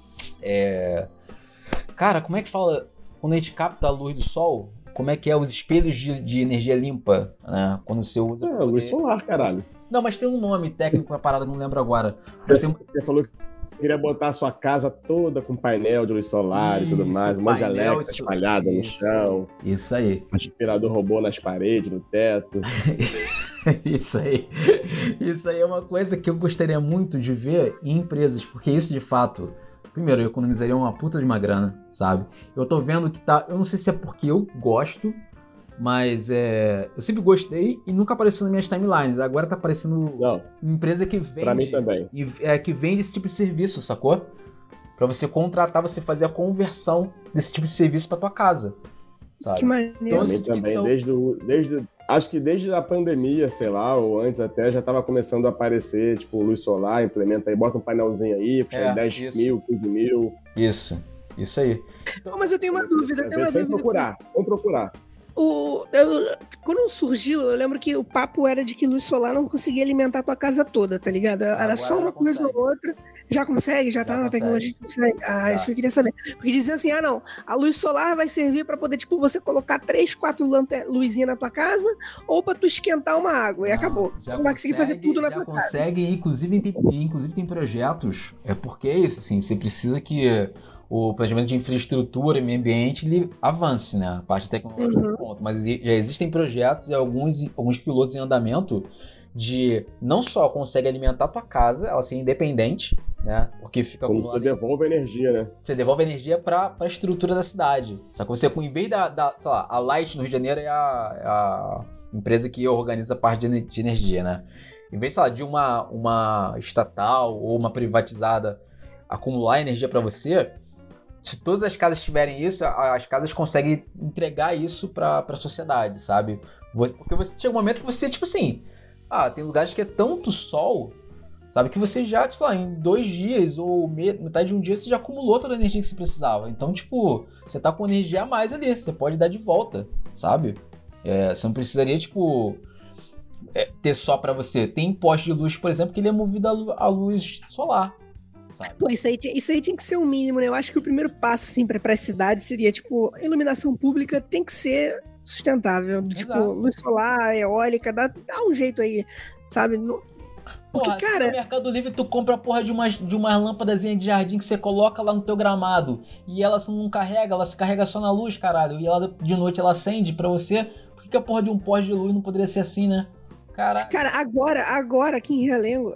Cara, como é que fala quando a gente capta a luz do sol? Como é que é os espelhos de energia limpa, né? Quando você usa... luz solar, caralho. Não, mas tem um nome técnico pra parada que eu não lembro agora. Você falou que queria botar a sua casa toda com painel de luz solar e tudo mais, um monte de Alexa espalhada no chão. Isso aí. Aspirador robô nas paredes, no teto. Isso aí. Isso aí é uma coisa que eu gostaria muito de ver em empresas, porque isso de fato, primeiro, eu economizaria uma puta de uma grana, sabe? Eu tô vendo que tá, eu não sei se é porque eu gosto, mas eu sempre gostei e nunca apareceu nas minhas timelines. Agora tá aparecendo empresa que vende. Pra mim também. Que vende esse tipo de serviço, sacou? Pra você contratar, você fazer a conversão desse tipo de serviço pra tua casa, sabe? Que maneiro. Pra mim também, acho que desde a pandemia, sei lá, ou antes até, já tava começando a aparecer, tipo, luz solar, implementa aí, bota um painelzinho aí, custa 10 mil, 15 mil. Isso aí. Então, mas eu tenho uma dúvida, Vamos procurar. Quando surgiu, eu lembro que o papo era de que luz solar não conseguia alimentar a tua casa toda, tá ligado? Era só uma coisa ou outra. Já consegue? Já tá na tecnologia que consegue? Isso que eu queria saber. Porque diziam assim, não, a luz solar vai servir pra poder, tipo, você colocar 3, 4 luzinhas na tua casa ou pra tu esquentar uma água e acabou. Já não vai conseguir fazer tudo na tua casa. Inclusive tem projetos, porque é isso, assim, você precisa que o planejamento de infraestrutura e meio ambiente ele avance, né? A parte tecnológica nesse ponto. Mas já existem projetos e alguns pilotos em andamento de não só consegue alimentar a tua casa, ela ser independente, né? Porque fica como você devolve energia, né? Você devolve energia para a estrutura da cidade. Só que você, em vez sei lá, a Light no Rio de Janeiro é a empresa que organiza a parte de energia, né? Em vez, sei lá, de uma estatal ou uma privatizada acumular energia para você, se todas as casas tiverem isso, as casas conseguem entregar isso para a sociedade, sabe? Porque você chega um momento que você, tipo assim, tem lugares que é tanto sol, sabe? Que você já, tipo, em 2 dias ou metade de um dia, você já acumulou toda a energia que você precisava. Então, tipo, você tá com energia a mais ali, você pode dar de volta, sabe? Você não precisaria, tipo, ter só para você. Tem poste de luz, por exemplo, que ele é movido a luz solar. Sabe? Pô, isso aí tinha que ser um mínimo, né? Eu acho que o primeiro passo, assim, para as cidades seria, tipo, a iluminação pública tem que ser sustentável. Exato. Tipo, luz solar, eólica, dá um jeito aí, sabe? Porque, porra, cara... no Mercado Livre tu compra a porra de umas lâmpadazinhas de jardim que você coloca lá no teu gramado e ela não carrega, ela se carrega só na luz, caralho. E ela, de noite ela acende pra você. Por que a porra de um poste de luz não poderia ser assim, né? Caralho. Cara, agora aqui em Realengo,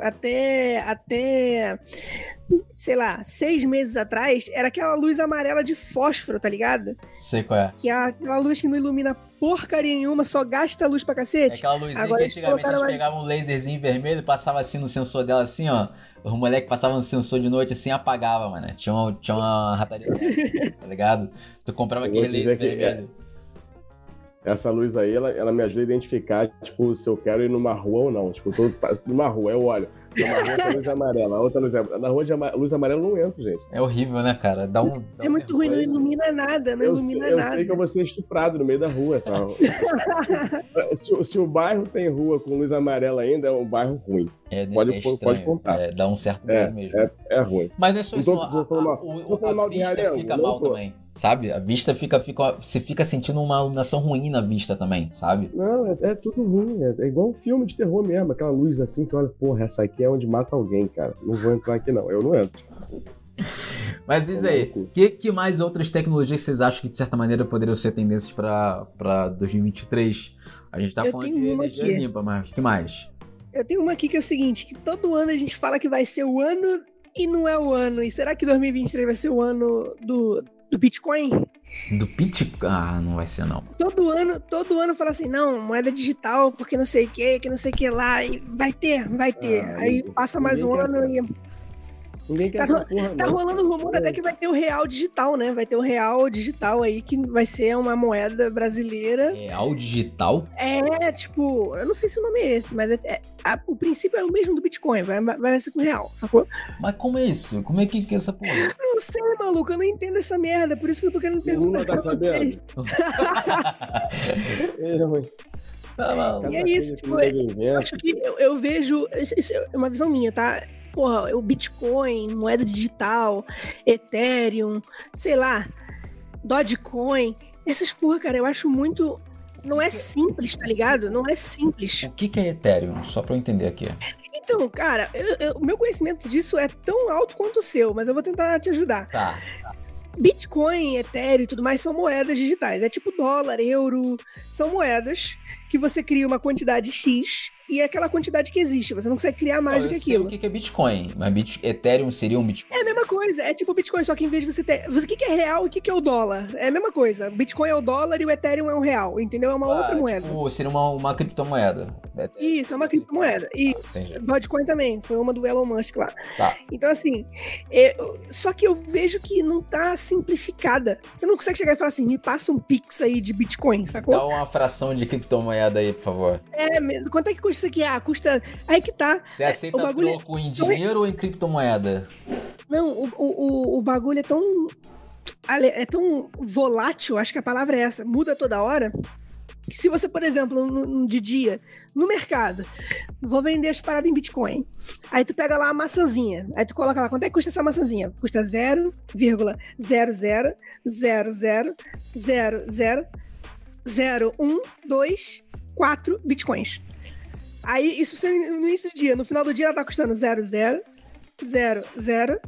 até sei lá, 6 meses atrás, era aquela luz amarela de fósforo, tá ligado? Sei qual é. Que é aquela luz que não ilumina porcaria nenhuma, só gasta luz pra cacete. É aquela luzinha agora que antigamente eles pegavam um laserzinho vermelho, passava assim no sensor dela, assim, ó. Os moleques passavam no sensor de noite assim e apagava, mano. Tinha uma rataria, tá ligado? Tu comprava aquele laser vermelho. essa luz aí, ela me ajuda a identificar, tipo, se eu quero ir numa rua ou não. Tipo, eu tô numa rua, eu olho. Numa rua tem luz amarela, a outra luz amarela. Na rua de luz amarela eu não entro, gente. É horrível, né, cara? É muito ruim, não ilumina nada, eu sei que eu vou ser estuprado no meio da rua. Se o bairro tem rua com luz amarela ainda, é um bairro ruim. Pode contar. Dá um certo medo mesmo. É ruim. Mas é só isso. A vista fica mal também, sabe? A vista você fica sentindo uma iluminação ruim na vista também, sabe? Não, é tudo ruim. É igual um filme de terror mesmo. Aquela luz assim, você olha, porra, essa aqui é onde mata alguém, cara. Não vou entrar aqui, não. Eu não entro. Mas isso aí, que mais outras tecnologias vocês acham que de certa maneira poderiam ser tendências para 2023? A gente tá falando de energia limpa, mas que mais? Eu tenho uma aqui que é o seguinte, que todo ano a gente fala que vai ser o ano e não é o ano. E será que 2023 vai ser o ano do Bitcoin? Do Bitcoin? Ah, não vai ser não. Todo ano fala assim, não, moeda digital, porque não sei o que não sei o que lá. E vai ter. Aí passa mais um ano e... Ninguém quer essa porra, tá rolando rumor até que vai ter o real digital, né? Vai ter o real digital aí, que vai ser uma moeda brasileira. Real digital? Tipo, eu não sei se o nome é esse, mas o princípio é o mesmo do Bitcoin, vai ser com real, sacou? Mas como é isso? Como é que é essa porra? Não sei, maluco, eu não entendo essa merda, por isso que eu tô querendo perguntar pra vocês. E é isso, tipo, eu acho que eu vejo, isso é uma visão minha, tá? Porra, o Bitcoin, moeda digital, Ethereum, sei lá, Dogecoin, essas porra, cara, eu acho muito... Não é simples, tá ligado? Não é simples. O que é Ethereum? Só pra eu entender aqui. Então, cara, o meu conhecimento disso é tão alto quanto o seu, mas eu vou tentar te ajudar. Tá. Bitcoin, Ethereum e tudo mais são moedas digitais. É tipo dólar, euro, são moedas que você cria uma quantidade X e é aquela quantidade que existe. Você não consegue criar mais do que aquilo. Eu sei o que é Bitcoin, mas Ethereum seria um Bitcoin? É a mesma coisa, é tipo Bitcoin, só que em vez de você ter... O que é real e o que é o dólar? É a mesma coisa. Bitcoin é o dólar e o Ethereum é o real, entendeu? É uma outra moeda. Tipo, seria uma criptomoeda. Isso, é uma criptomoeda. Isso. Dogecoin também, foi uma do Elon Musk lá. Tá. Então, assim, só que eu vejo que não tá simplificada. Você não consegue chegar e falar assim, me passa um Pix aí de Bitcoin, sacou? Dá uma fração de criptomoeda aí, por favor. Quanto é que custa isso aqui? Custa... Aí que tá. Você aceita troco em dinheiro ou em criptomoeda? Não, o bagulho é tão volátil, acho que a palavra é essa, muda toda hora, que se você, por exemplo, de dia, no mercado, vou vender as paradas em Bitcoin, aí tu pega lá a maçãzinha, aí tu coloca lá, quanto é que custa essa maçãzinha? Custa 0,00000000124 Bitcoins. Aí, isso no início do dia. No final do dia, ela tá custando 0,0000015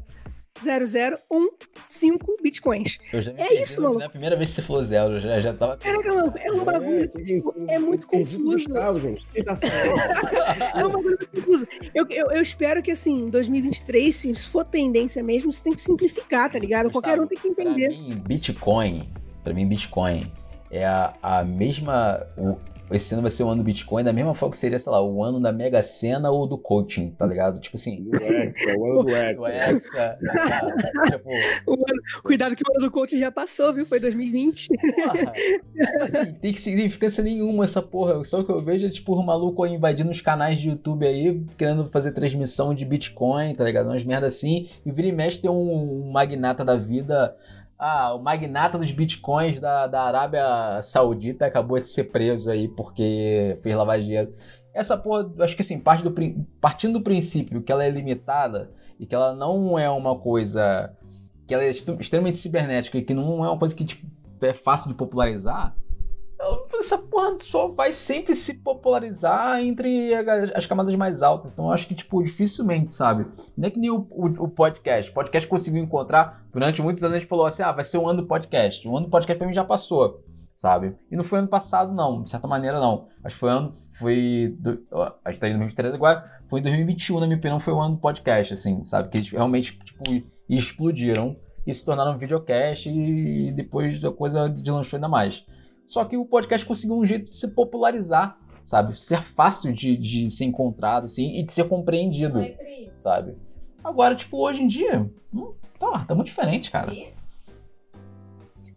Bitcoins. É isso, maluco. É a primeira vez que você falou zero, eu já tava... Caraca, mano, é um bagulho é muito confuso. Gente. Quem tá falando? É um bagulho muito confuso. Eu espero que, assim, em 2023, se for tendência mesmo, você tem que simplificar, tá ligado? Qualquer um tem que entender. Pra mim, Bitcoin é a mesma... Esse ano vai ser o ano do Bitcoin, da mesma forma que seria, sei lá, o ano da Mega Sena ou do coaching, tá ligado? Tipo assim... O ano do Hexa. Tipo... Cuidado que o ano do coaching já passou, viu? Foi 2020. Porra, assim, tem que significância nenhuma essa porra. Só que eu vejo é tipo um maluco invadindo os canais de YouTube aí, querendo fazer transmissão de Bitcoin, tá ligado? Umas merda assim. E vira e mexe tem um magnata da vida... o magnata dos bitcoins da Arábia Saudita acabou de ser preso aí porque fez lavagem de dinheiro. Essa porra, acho que assim, partindo do princípio que ela é limitada e que ela não é uma coisa... que ela é extremamente cibernética e que não é uma coisa que tipo, é fácil de popularizar, essa porra só vai sempre se popularizar entre as camadas mais altas. Então eu acho que, tipo, dificilmente, sabe? Não é que nem o podcast. O podcast conseguiu encontrar, durante muitos anos a gente falou assim, vai ser o ano do podcast. O ano do podcast pra mim já passou, sabe? E não foi ano passado, não. De certa maneira, não. Acho que a gente tá em 2023 agora. Foi em 2021, na minha opinião, foi o ano do podcast, assim, sabe? Que eles realmente, tipo, explodiram e se tornaram um videocast e depois a coisa deslanchou ainda mais. Só que o podcast conseguiu um jeito de se popularizar, sabe? Ser fácil de ser encontrado, assim, e de ser compreendido, sabe? Agora, tipo, hoje em dia, tá muito diferente, cara.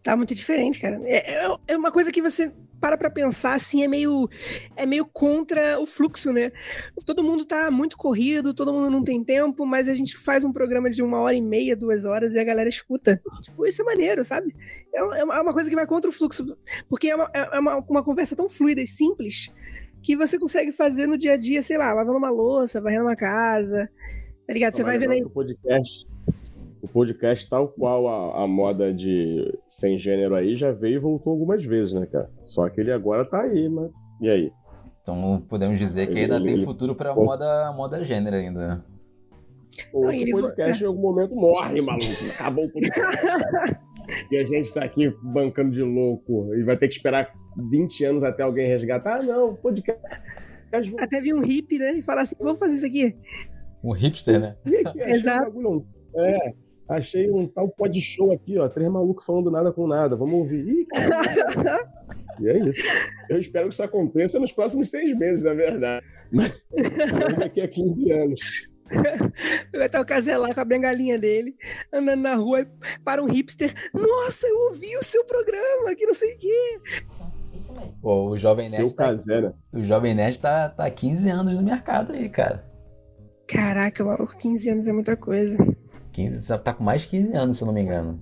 Tá muito diferente, cara. É uma coisa que você para pensar, assim, é meio contra o fluxo, né? Todo mundo tá muito corrido, todo mundo não tem tempo, mas a gente faz um programa de 1h30, 2 horas, e a galera escuta. Tipo, isso é maneiro, sabe? É uma coisa que vai contra o fluxo, porque é uma conversa tão fluida e simples que você consegue fazer no dia a dia, sei lá, lavando uma louça, varrendo uma casa, tá ligado? Você vai vendo aí... O podcast, tal qual a moda de sem gênero aí, já veio e voltou algumas vezes, né, cara? Só que ele agora tá aí, mas... E aí? Então podemos dizer que ainda tem futuro pra moda gênero ainda. O podcast em algum momento morre, maluco. Acabou o podcast. E a gente tá aqui bancando de louco e vai ter que esperar 20 anos até alguém resgatar. Ah, não, podcast... Até vir um hippie, né? E falar assim, vamos fazer isso aqui. Um hipster, né? Exato. Achei um tal pod show aqui, ó. 3 malucos falando nada com nada. Vamos ouvir. Ih, cara. E é isso. Eu espero que isso aconteça nos próximos 6 meses, na verdade. Mas daqui a 15 anos. Vai estar o Caselar com a bengalinha dele, andando na rua, para um hipster. Nossa, eu ouvi o seu programa, que não sei o quê. Pô, o Jovem Nerd. O Jovem Nerd tá há 15 anos no mercado aí, cara. Caraca, maluco, 15 anos é muita coisa. 15, tá com mais de 15 anos, se eu não me engano.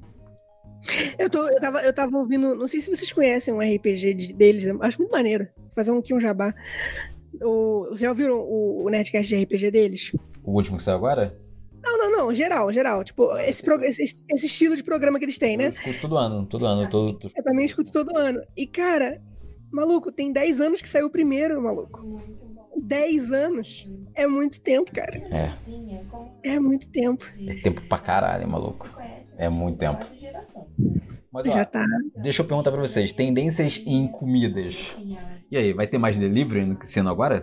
Eu tava ouvindo, não sei se vocês conhecem um RPG deles, acho muito maneiro. Vou fazer um jabá. Vocês já ouviram o Nerdcast de RPG deles? O último que saiu agora? Não, geral. Tipo, esse estilo de programa que eles têm, né? Eu escuto todo ano. Pra mim, eu escuto todo ano. E, cara, maluco, tem 10 anos que saiu o primeiro, maluco. 10 anos é muito tempo, cara. É muito tempo. É tempo pra caralho, maluco. É muito tempo. Mas, ó, já tá. Deixa eu perguntar pra vocês. Tendências em comidas. E aí, vai ter mais delivery no que sendo agora?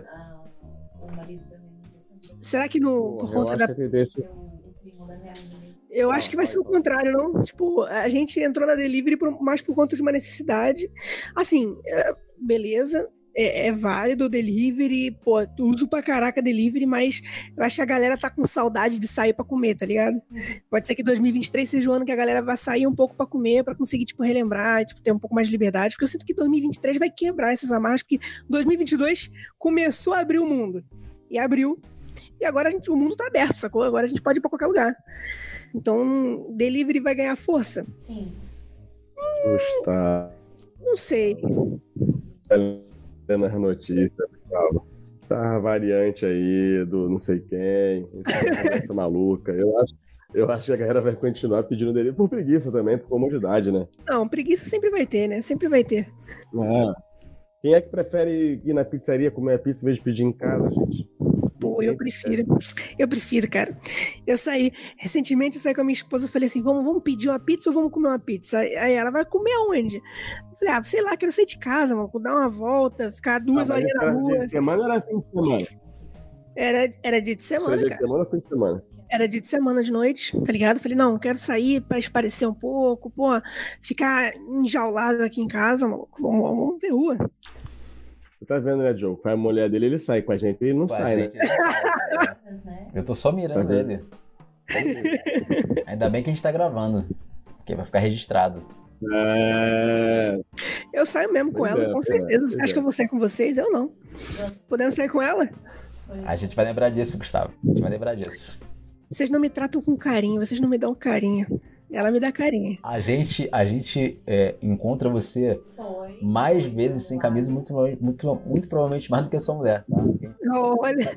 Será que por conta da... Eu acho que vai ser o contrário, não? Tipo, a gente entrou na delivery mais por conta de uma necessidade. Assim, beleza, é válido o delivery, pô, uso pra caraca delivery, mas eu acho que a galera tá com saudade de sair pra comer, tá ligado? Pode ser que 2023 seja o ano que a galera vai sair um pouco pra comer, pra conseguir, tipo, relembrar, tipo, ter um pouco mais de liberdade, porque eu sinto que 2023 vai quebrar essas amarras, porque 2022 começou a abrir o mundo, e abriu, e agora o mundo tá aberto, sacou? Agora a gente pode ir pra qualquer lugar. Então, delivery vai ganhar força? Sim. Gostar. Não sei. Nas notícias, tá a variante aí do não sei quem, essa maluca. Eu acho que a galera vai continuar pedindo dele por preguiça também, por comodidade, né? Não, preguiça sempre vai ter, né? Sempre vai ter. Quem é que prefere ir na pizzaria comer a pizza em vez de pedir em casa, gente? Pô, eu prefiro, cara. Recentemente eu saí com a minha esposa, eu falei assim, vamos pedir uma pizza ou vamos comer uma pizza? Aí ela, vai comer aonde? Eu falei, sei lá, quero sair de casa, mano, dar uma volta, ficar 2 horinhas na rua. Era dia de semana ou era fim de semana? Era dia de semana, cara. Dia de semana ou fim de semana? Era dia de semana, de noite, tá ligado? Eu falei, não, quero sair pra esparecer um pouco, pô, ficar enjaulado aqui em casa, mano, vamos ver rua. Você tá vendo, né, Joe? Com a mulher dele, ele sai com a gente, ele não sai, né? Eu tô só mirando ele. Ainda bem que a gente tá gravando, porque vai ficar registrado. Eu saio mesmo com ela, com certeza. Você acha que eu vou sair com vocês? Eu não. Podendo sair com ela? A gente vai lembrar disso, Gustavo. A gente vai lembrar disso. Vocês não me tratam com carinho, vocês não me dão carinho. Ela me dá carinho. A gente encontra você mais vezes sem camisa, muito provavelmente mais do que a sua mulher, tá? Olha.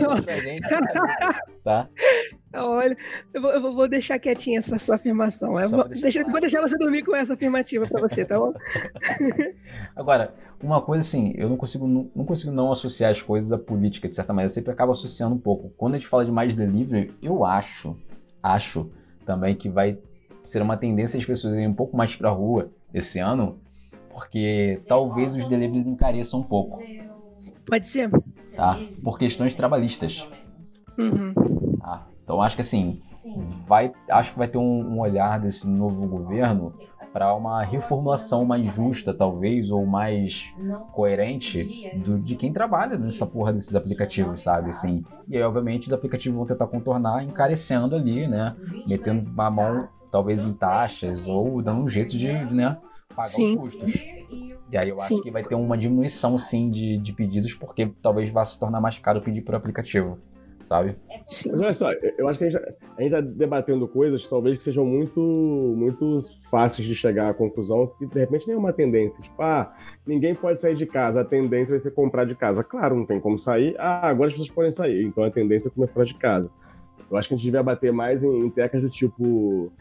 Tá? Olha, eu vou deixar quietinha essa sua afirmação. Vou deixar você dormir com essa afirmativa pra você, tá bom? Agora, uma coisa assim, eu não consigo não associar as coisas à política, de certa maneira, eu sempre acabo associando um pouco. Quando a gente fala de mais delivery, eu acho também que vai ser uma tendência as pessoas irem um pouco mais pra rua esse ano, porque talvez os deliveries encareçam um pouco. Pode ser. Tá? Por questões trabalhistas. Uhum. Tá? Então acho que assim, acho que vai ter um olhar desse novo governo para uma reformulação mais justa, talvez, ou mais coerente de quem trabalha nessa porra desses aplicativos, sabe? Assim, e aí, obviamente, os aplicativos vão tentar contornar, encarecendo ali, né? Metendo a mão talvez em taxas, ou dando um jeito de, né, pagar Sim. os custos. E aí eu acho Sim. que vai ter uma diminuição, sim, de pedidos, porque talvez vá se tornar mais caro pedir por aplicativo, sabe? Sim. Mas olha só, eu acho que a gente tá debatendo coisas talvez que sejam muito fáceis de chegar à conclusão, que de repente nem é uma tendência. Tipo, ninguém pode sair de casa, a tendência vai ser comprar de casa. Claro, não tem como sair. Agora as pessoas podem sair, então a tendência é comer fora de casa. Eu acho que a gente devia bater mais em teclas do tipo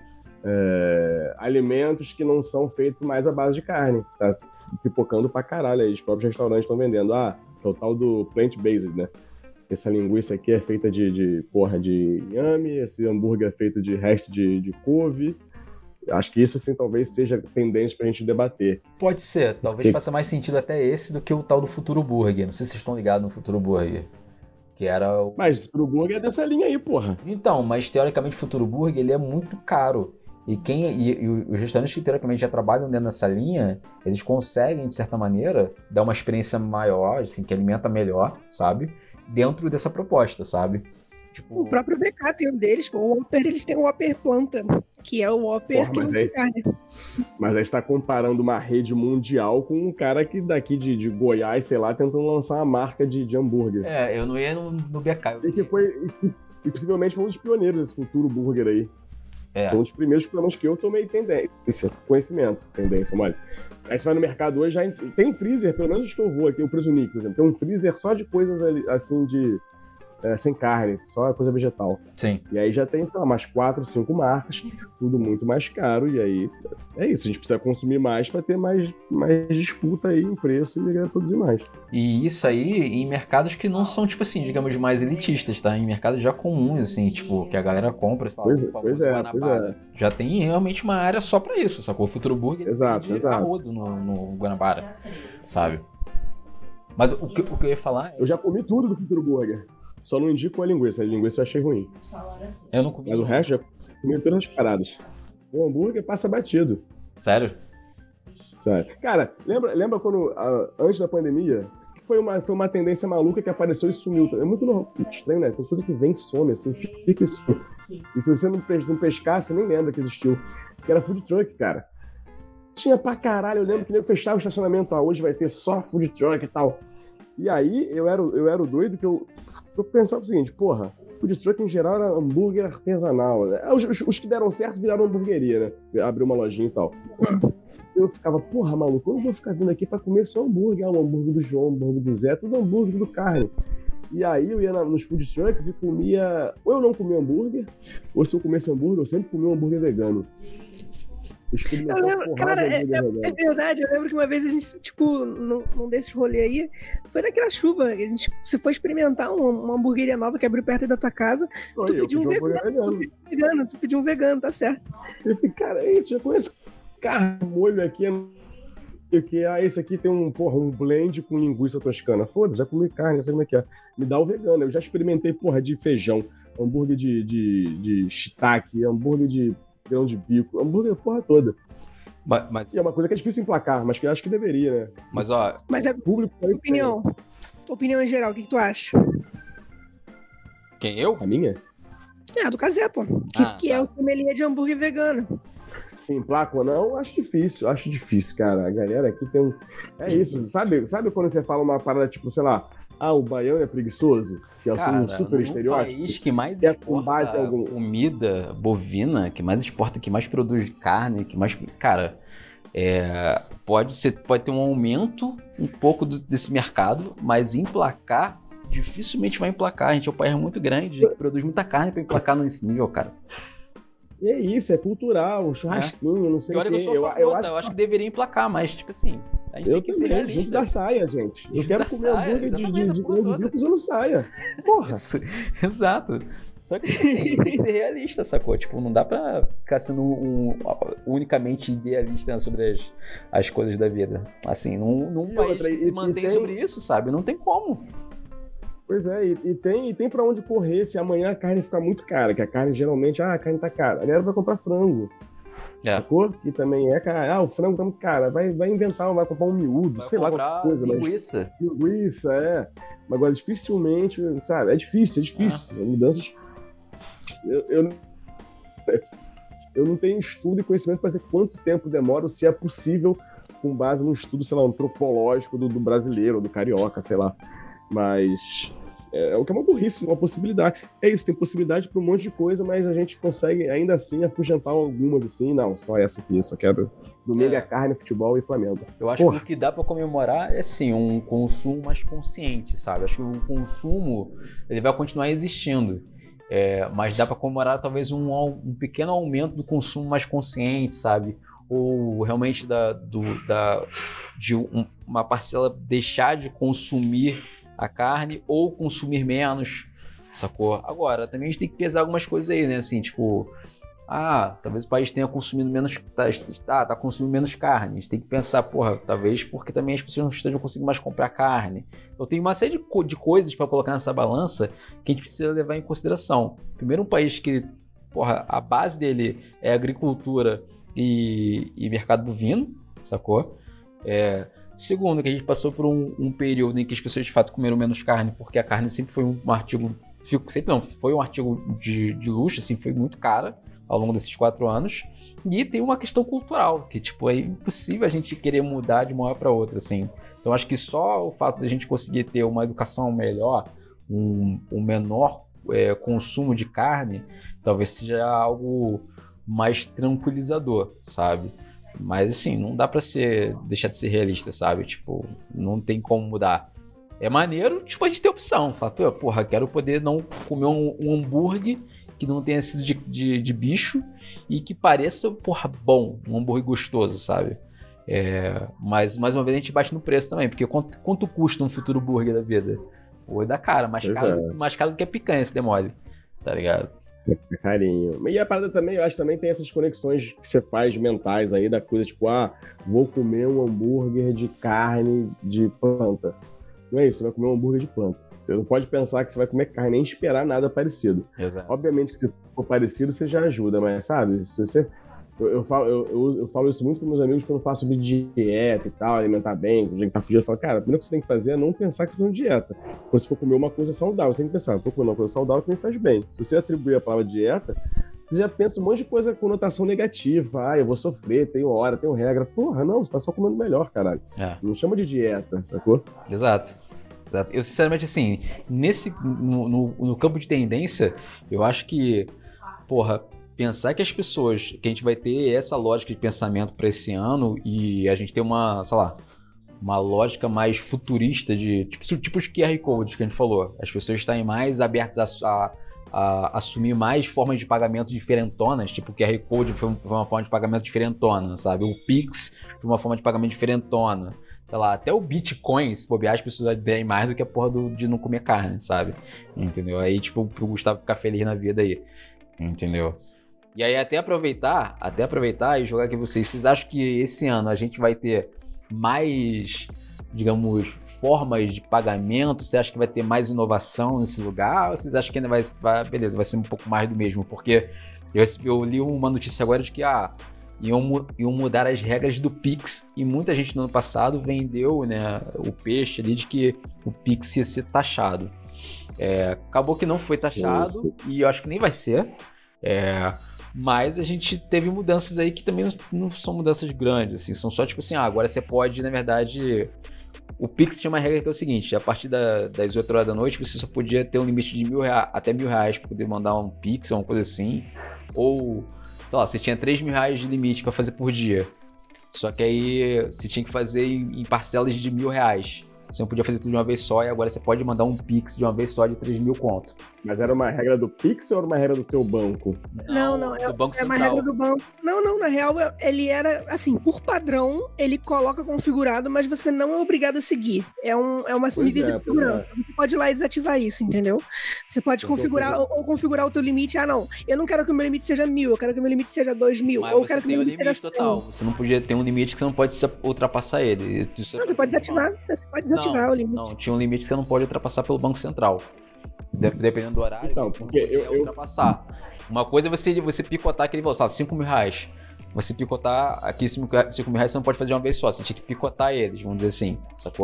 alimentos que não são feitos mais à base de carne. Tá pipocando pra caralho aí. Os próprios restaurantes estão vendendo. É o tal do plant-based, né? Essa linguiça aqui é feita de inhame, esse hambúrguer é feito de resto de couve. Acho que isso, assim, talvez seja tendência pra gente debater. Pode ser, talvez faça mais sentido até esse do que o tal do Futuro Burger. Não sei se vocês estão ligados no Futuro Burger. Que era o... Mas o Futuro Burger é dessa linha aí, porra. Então, mas teoricamente o Futuro Burger ele é muito caro. E os restaurantes que teoricamente já trabalham dentro dessa linha, eles conseguem, de certa maneira, dar uma experiência maior, assim, que alimenta melhor, sabe? Dentro dessa proposta, sabe? Tipo... O próprio BK tem um deles, o Whopper, eles têm o Whopper Planta, que é o Whopper que não tem carne. Mas aí está comparando uma rede mundial com um cara que daqui de Goiás, sei lá, tentando lançar uma marca de hambúrguer. Eu não ia no BK. E possivelmente foi um dos pioneiros desse Futuro Burger aí. Foi um dos primeiros programas que eu tomei conhecimento, tendência, mole. Aí você vai no mercado hoje, já tem um freezer, pelo menos os que eu vou aqui, o Preço Único, por exemplo, tem um freezer só de coisas assim sem carne, só coisa vegetal. Sim. E aí já tem, sei lá, umas 4, 5 marcas, tudo muito mais caro, e aí é isso, a gente precisa consumir mais para ter mais disputa aí em preço e produzir mais. E isso aí em mercados que não são, tipo assim, digamos, mais elitistas, tá? Em mercados já comuns, assim, tipo, que a galera compra, sei lá, pois é. Já tem realmente uma área só pra isso, sacou? O Futuro Burger exato. Arrodo no Guanabara, sabe? Mas o que eu ia falar... Eu já comi tudo do Futuro Burger. Só não indico a linguiça eu achei ruim. Eu não comi. Mas o resto já comi todas as paradas. O hambúrguer passa batido. Sério? Sério. Cara, lembra quando, antes da pandemia, que foi uma tendência maluca que apareceu e sumiu. É muito estranho, né? Tem coisa que vem e some, assim, fica isso. E se você não pescar, você nem lembra que existiu. Que era food truck, cara. Tinha pra caralho, eu lembro que nem fechava o estacionamento. Hoje vai ter só food truck e tal. E aí, eu era o doido que eu pensava o seguinte, porra, food truck em geral era hambúrguer artesanal, né? Os que deram certo viraram hamburgueria, né? Abriu uma lojinha e tal. Eu ficava, porra, maluco, eu não vou ficar vindo aqui pra comer só hambúrguer. O hambúrguer do João, o hambúrguer do Zé, tudo hambúrguer, tudo carne. E aí eu ia nos food trucks e comia... Ou eu não comia hambúrguer, ou se eu comesse hambúrguer, eu sempre comia um hambúrguer vegano. Eu lembro, cara, é verdade, eu lembro que uma vez a gente, tipo, num desses rolês aí, foi naquela chuva, você foi experimentar uma hamburgueria nova que abriu perto da tua casa, tu pediu um vegano, tu pediu um vegano, tá certo. Eu falei, cara, é isso, já conheço carne, molho aqui, porque esse aqui tem um blend com linguiça toscana. Foda-se, já comi carne, não sei como é que é. Me dá o vegano, eu já experimentei, de feijão, hambúrguer de shiitake, hambúrguer de grão de bico, hambúrguer, porra toda. Mas... E é uma coisa que é difícil emplacar, mas que eu acho que deveria, né? Mas, ó... Mas é público. Opinião em geral, o que tu acha? Quem, eu? A minha? Do Casé, pô. Que é o sommelier de hambúrguer vegano. Se emplaca ou não, acho difícil, cara. A galera aqui tem um... É isso, sabe quando você fala uma parada tipo, sei lá, o baiano é preguiçoso, que é um super estereótipo. O país que mais exporta comida bovina, que mais exporta, que mais produz carne, que mais... Cara, pode ter um aumento um pouco desse mercado, mas emplacar, dificilmente vai emplacar. A gente é um país muito grande, a gente produz muita carne pra emplacar nesse nível, cara. E é isso, é cultural, churrasquinho, não sei o quê. Eu acho que deveria emplacar, mas, tipo assim, a gente tem que ser realista. Junto da saia, gente. Eu quero comer hambúrguer de grão de bico usando saia. Porra. Isso, exato. Só que, assim, tem que ser realista, sacou? Tipo, não dá pra ficar sendo unicamente idealista sobre as coisas da vida. Assim, num país que se mantém sobre isso, sabe? Não tem como. Pois é, e tem pra onde correr se amanhã a carne ficar muito cara, que a carne geralmente, a carne tá cara. A galera vai comprar frango. Sacou? Que também é cara. O frango tá muito caro. Vai inventar, vai comprar um miúdo, sei lá, qualquer coisa. Linguiça. Linguiça, Mas agora, dificilmente, eu não tenho estudo e conhecimento para dizer quanto tempo demora ou se é possível com base num estudo, sei lá, antropológico do brasileiro, do carioca, sei lá. Mas é o que é uma burrice, uma possibilidade. É isso, tem possibilidade para um monte de coisa, mas a gente consegue ainda assim afugentar algumas assim. Não, só essa aqui, só quero domingo é carne, futebol e Flamengo. Eu acho que o que dá para comemorar é sim um consumo mais consciente, sabe? Acho que o consumo ele vai continuar existindo. Mas dá para comemorar talvez um pequeno aumento do consumo mais consciente, sabe? Ou realmente de uma parcela deixar de consumir a carne ou consumir menos, sacou? Agora, também a gente tem que pesar algumas coisas aí, né? Assim, tipo, talvez o país tenha consumido menos, tá consumindo menos carne. A gente tem que pensar, talvez porque também as pessoas não estejam conseguindo mais comprar carne. Eu tenho uma série de coisas para colocar nessa balança que a gente precisa levar em consideração. Primeiro, um país que, a base dele é agricultura e mercado bovino, sacou? Segundo, que a gente passou por um período em que as pessoas de fato comeram menos carne, porque a carne sempre foi um artigo, foi um artigo de luxo, assim, foi muito cara ao longo desses 4 anos. E tem uma questão cultural, que tipo, é impossível a gente querer mudar de uma hora para outra, assim. Então acho que só o fato de a gente conseguir ter uma educação melhor, um menor consumo de carne, talvez seja algo mais tranquilizador, sabe? Mas assim, não dá pra deixar de ser realista, sabe? Tipo, não tem como mudar. É maneiro, tipo, a gente ter opção. Fala, quero poder não comer um hambúrguer que não tenha sido de bicho e que pareça, bom, um hambúrguer gostoso, sabe? Mas, mais uma vez, a gente bate no preço também, porque quanto custa um futuro burger da vida? Oi da cara, mais caro do que a picanha, se demole, tá ligado? Carinho. E a parada também, eu acho que também tem essas conexões que você faz mentais aí, da coisa tipo, vou comer um hambúrguer de carne de planta. Não é isso, você vai comer um hambúrguer de planta. Você não pode pensar que você vai comer carne nem esperar nada parecido. Exato. Obviamente que se for parecido, você já ajuda, mas sabe, se você... Eu falo isso muito com meus amigos quando eu faço vídeo de dieta e tal, alimentar bem, quando a gente tá fugindo, eu falo, cara, a primeira coisa que você tem que fazer é não pensar que você tá fazendo dieta. Quando você for comer uma coisa saudável, você tem que pensar, eu tô comendo uma coisa saudável que me faz bem. Se você atribuir a palavra dieta, você já pensa um monte de coisa com conotação negativa. Eu vou sofrer, tenho hora, tenho regra. Não, você tá só comendo melhor, caralho. Não chama de dieta, sacou? Exato. Eu, sinceramente, assim, no campo de tendência, eu acho que, pensar que as pessoas, que a gente vai ter essa lógica de pensamento para esse ano e a gente ter uma lógica mais futurista de tipo os QR Codes que a gente falou. As pessoas estarem mais abertas a assumir mais formas de pagamento diferentonas, tipo o QR Code foi uma forma de pagamento diferentona, sabe? O Pix foi uma forma de pagamento diferentona. Sei lá, até o Bitcoin, se bobear, as pessoas derem mais do que a porra de não comer carne, sabe? Entendeu? Aí, tipo, pro Gustavo ficar feliz na vida aí. Entendeu? E aí, até aproveitar e jogar aqui vocês acham que esse ano a gente vai ter mais, digamos, formas de pagamento? Você acha que vai ter mais inovação nesse lugar? Ou vocês acham que ainda vai ser um pouco mais do mesmo? Porque eu li uma notícia agora de que iam mudar as regras do Pix e muita gente no ano passado vendeu, né, o peixe ali de que o Pix ia ser taxado. Acabou que não foi taxado e eu acho que nem vai ser. Mas a gente teve mudanças aí que também não são mudanças grandes, assim, são só tipo assim, agora você pode, na verdade, o Pix tinha uma regra que é o seguinte, a partir das 8 horas da noite você só podia ter um limite de até R$1.000 para poder mandar um Pix ou uma coisa assim, ou, sei lá, você tinha R$3.000 de limite para fazer por dia, só que aí você tinha que fazer em parcelas de R$1.000. Você não podia fazer tudo de uma vez só, e agora você pode mandar um Pix de uma vez só de 3.000 conto. Mas era uma regra do Pix ou era uma regra do teu banco? Não, do Banco é uma Central. regra do banco. Não, na real, ele era, assim, por padrão, ele coloca configurado, mas você não é obrigado a seguir. É uma medida de segurança. Você pode ir lá e desativar isso, entendeu? Você pode configurar, ou configurar o teu limite. Não, eu não quero que o meu limite seja 1.000, eu quero que o meu limite seja 2.000. Mas ou eu quero que o meu limite seja total. Você não podia ter um limite que você não pode ultrapassar ele. Não, você pode desativar. Você pode desativar o limite. Não, tinha um limite que você não pode ultrapassar pelo Banco Central. Dependendo do horário, então, você porque não pode ultrapassar. Uma coisa é você picotar aquele valor, sabe, R$5.000. Você picotar aqui R$5.000, você não pode fazer de uma vez só, você tinha que picotar eles, vamos dizer assim, sacou?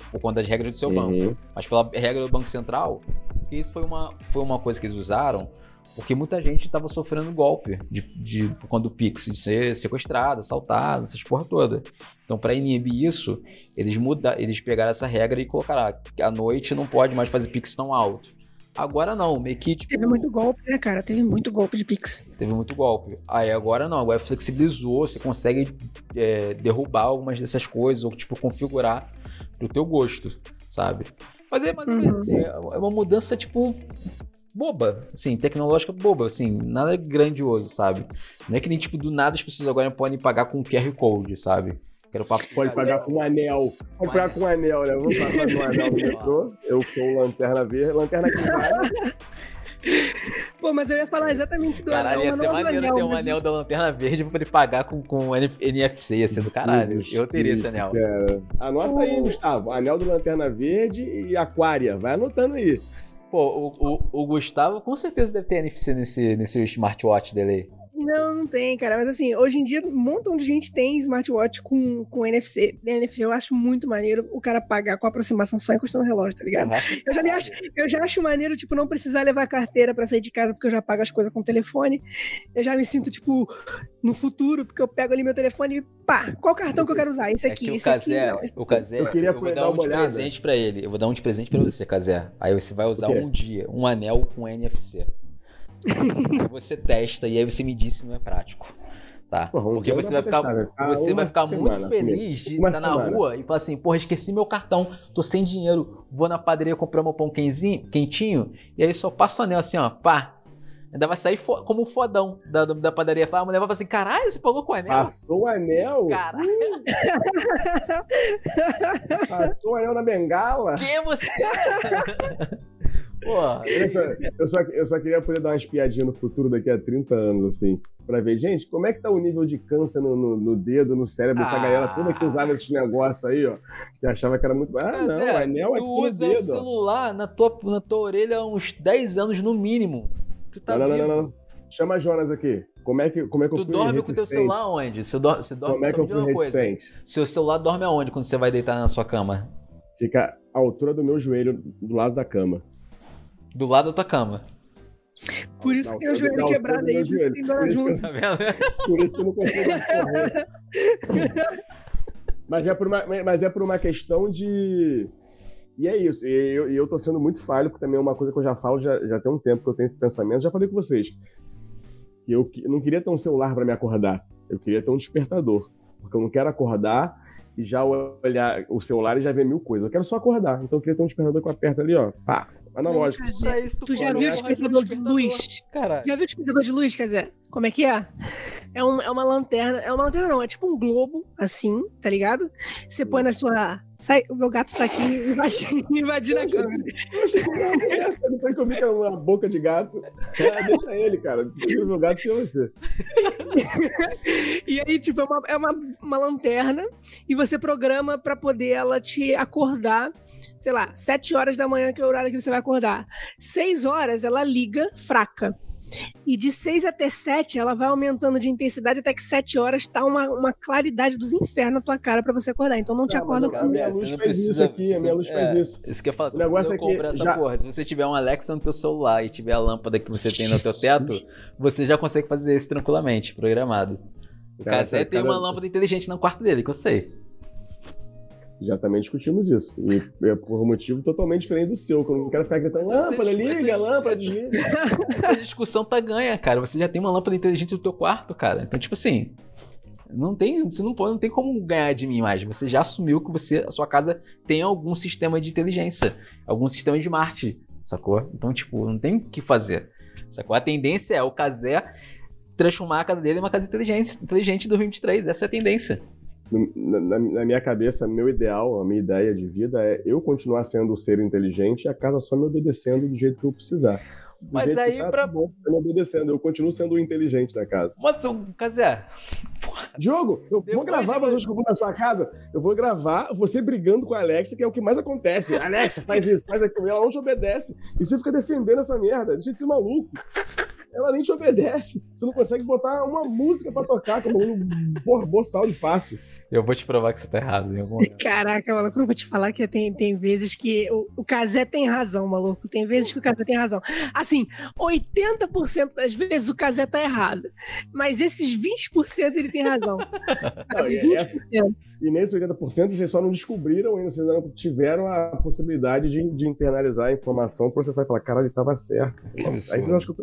por conta das regras do seu banco, mas pela regra do Banco Central, que isso foi uma coisa que eles usaram, porque muita gente estava sofrendo golpe por conta do Pix, de ser sequestrado, assaltado, essas porra toda. Então, para inibir isso, eles pegaram essa regra e colocaram que à noite não pode mais fazer Pix tão alto. Agora não, meio que tipo... Teve muito golpe, né, cara? Teve muito golpe de Pix. Teve muito golpe. Aí agora não, agora flexibilizou, você consegue derrubar algumas dessas coisas, ou tipo, configurar pro teu gosto, sabe? Mas é mais ou menos assim, é uma mudança, tipo, boba, assim, tecnológica boba, assim, nada grandioso, sabe? Não é que nem, tipo, do nada as pessoas agora podem pagar com QR Code, sabe? Pode pagar com um anel. Pode pagar com um anel, né? Vamos passar com um anel no metrô. Eu sou o Lanterna Verde. Lanterna que vai. Pô, mas eu ia falar exatamente do caralho, anel. Ia ser maneiro ter um anel da Lanterna Verde pra poder pagar com NFC, ia ser do caralho. Eu teria esse anel. Cara. Anota aí, Gustavo. Anel do Lanterna Verde e Aquária. Vai anotando aí. Pô, o Gustavo com certeza deve ter NFC nesse smartwatch dele aí. Não tem, cara. Mas assim, hoje em dia, um montão de gente tem smartwatch com NFC. NFC eu acho muito maneiro o cara pagar com aproximação só encostando no relógio, tá ligado? Eu já acho maneiro, tipo, não precisar levar carteira pra sair de casa porque eu já pago as coisas com o telefone. Eu já me sinto, tipo, no futuro, porque eu pego ali meu telefone e pá, qual cartão que eu quero usar? Esse aqui, o Casé, eu vou dar um de presente pra ele. Eu vou dar um de presente pra você, Casé. Aí você vai usar um dia, um anel com NFC. Aí você testa e aí você me diz se não é prático, tá? Porque você vai ficar muito feliz de estar na rua e falar assim, porra, esqueci meu cartão, tô sem dinheiro, vou na padaria comprar meu pão quentinho e aí só passa o anel assim, ó, pá. Ainda vai sair como um fodão da padaria. A mulher vai falar assim, caralho, você pagou com o anel? Passou o anel? Caralho. Passou o anel na bengala? Que você... Porra. Eu só queria poder dar uma espiadinha no futuro daqui a 30 anos, assim, pra ver, gente, como é que tá o nível de câncer no dedo, no cérebro, essa galera toda que usava esses negócios aí, ó, que achava que era muito... não, o anel aqui no dedo. Tu usa o celular na tua orelha há uns 10 anos no mínimo. Tu tá não. Chama Jonas aqui. Como é que eu fui reticente? Tu dorme com o teu celular onde? Você dorme como é que eu fui reticente? Seu celular dorme aonde quando você vai deitar na sua cama? Fica à altura do meu joelho, do lado da cama. Do lado da tua cama. Por isso que tem o joelho quebrado aí, por isso que eu não consigo correr. Mas é por uma questão de... E é isso, e eu tô sendo muito falho, porque também é uma coisa que eu já falo, já tem um tempo que eu tenho esse pensamento, já falei com vocês, que eu não queria ter um celular para me acordar, eu queria ter um despertador, porque eu não quero acordar e já olhar o celular e já ver 1000 coisas, eu quero só acordar, então eu queria ter um despertador que eu aperto ali, ó, pá, analógico. Tu já viu o despertador de luz? Cara. Já viu o despertador de luz, quer dizer? Como é que é? É uma lanterna, não, é tipo um globo, assim, tá ligado? Você põe na sua... Sai, o meu gato tá aqui invadindo a câmera. Eu achei que era essa, depois que eu vi que era uma boca de gato. Deixa ele, cara. O meu gato é você. E aí, tipo, é uma lanterna e você programa pra poder ela te acordar, sei lá, 7 horas da manhã, que é o horário que você vai acordar. 6 horas ela liga fraca. E de 6 até 7, ela vai aumentando de intensidade até que 7 horas tá uma claridade dos infernos na tua cara pra você acordar. Então não te acorda com... A minha luz faz isso aqui, a minha luz faz isso. Isso que eu faço, o negócio é que comprar essa porra. Se você tiver um Alexa no teu celular e tiver a lâmpada que você tem no teu teto, você já consegue fazer isso tranquilamente, programado. O Casé tem uma lâmpada inteligente no quarto dele, que eu sei. Já também discutimos isso. E é por um motivo totalmente diferente do seu, que eu não quero ficar gritando, lâmpada, liga, lâmpada, desliga. Essa discussão tá ganha, cara. Você já tem uma lâmpada inteligente no teu quarto, cara. Então, tipo assim, não tem como ganhar de mim mais. Você já assumiu que a sua casa tem algum sistema de inteligência, algum sistema de Marte, sacou? Então, tipo, não tem o que fazer, sacou? A tendência é o Casé transformar a casa dele em uma casa inteligente em 2023. Essa é a tendência. Na minha cabeça, meu ideal, a minha ideia de vida é eu continuar sendo o ser inteligente e a casa só me obedecendo do jeito que eu precisar. Mas aí tá bom, me obedecendo, eu continuo sendo o inteligente da casa. Mas, Casé... Diogo, eu vou gravar mais um na sua casa. Eu vou gravar você brigando com a Alexa, que é o que mais acontece. Alexa, faz isso, faz aquilo. Ela não te obedece. E você fica defendendo essa merda. Deixa de ser maluco. Ela nem te obedece. Você não consegue botar uma música pra tocar como um boçal de fácil. Eu vou te provar que você tá errado em algum momento. Caraca, maluco, eu vou te falar que tem vezes que o Cazé tem razão, maluco. Tem vezes que o Cazé tem razão. Assim, 80% das vezes o Cazé tá errado. Mas esses 20% ele tem razão. Sabe? 20%. E nesses 80% vocês só não descobriram ainda, vocês não tiveram a possibilidade de internalizar a informação, processar e falar, caralho, ele tava certo. Aí vocês não escutam.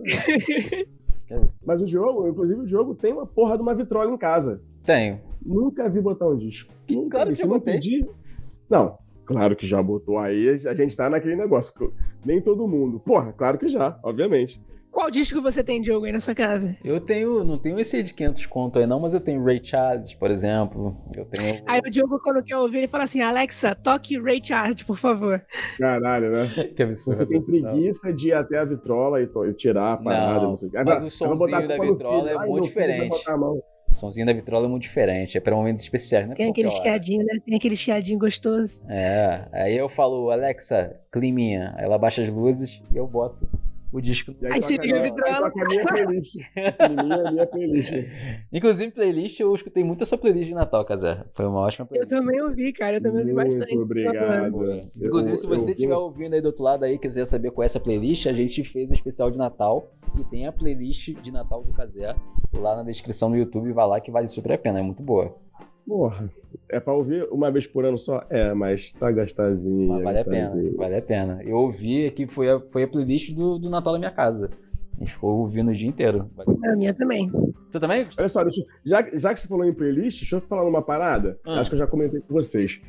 Mas o Diogo tem uma porra de uma vitrola em casa. Tenho. Nunca vi botar um disco. Nunca Claro vi. que eu botei. Não, claro que já botou. Aí a gente tá naquele negócio. Nem todo mundo. Porra, claro que já, obviamente. Qual disco você tem, Diogo, aí na sua casa? Eu tenho, não tenho esse de 500 conto aí não, mas eu tenho Ray Charles, por exemplo. Eu tenho... Aí o Diogo, quando quer ouvir, ele fala assim, Alexa, toque Ray Charles, por favor. Caralho, né? Que absurdo. Porque tem preguiça de ir até a vitrola e tirar a parada, não sei o que. Mas o somzinho da vitrola é muito diferente. O somzinho da vitrola é muito diferente, é para momentos especiais, né? Tem aquele chiadinho, né? Tem aquele chiadinho gostoso. É, aí eu falo, Alexa, climinha. Aí ela baixa as luzes e eu boto o disco. Aí você liga a vitrola. Toca a minha playlist. minha playlist. Inclusive, playlist, eu escutei muito a sua playlist de Natal, Cazé. Foi uma ótima playlist. Eu também ouvi, cara. Eu também ouvi bastante. Muito obrigado. Inclusive, se você estiver ouvindo aí do outro lado aí e quiser saber qual é essa playlist, a gente fez a especial de Natal e tem a playlist de Natal do Cazé lá na descrição do YouTube. Vai lá que vale super a pena, é muito boa. Porra, é pra ouvir uma vez por ano só? É, mas tá gastazinho. Mas vale a pena. Eu ouvi aqui, foi a playlist do Natal da minha casa. A gente ficou ouvindo o dia inteiro. A minha também. Você também? Olha só, já que você falou em playlist, deixa eu falar numa parada. Acho que eu já comentei com vocês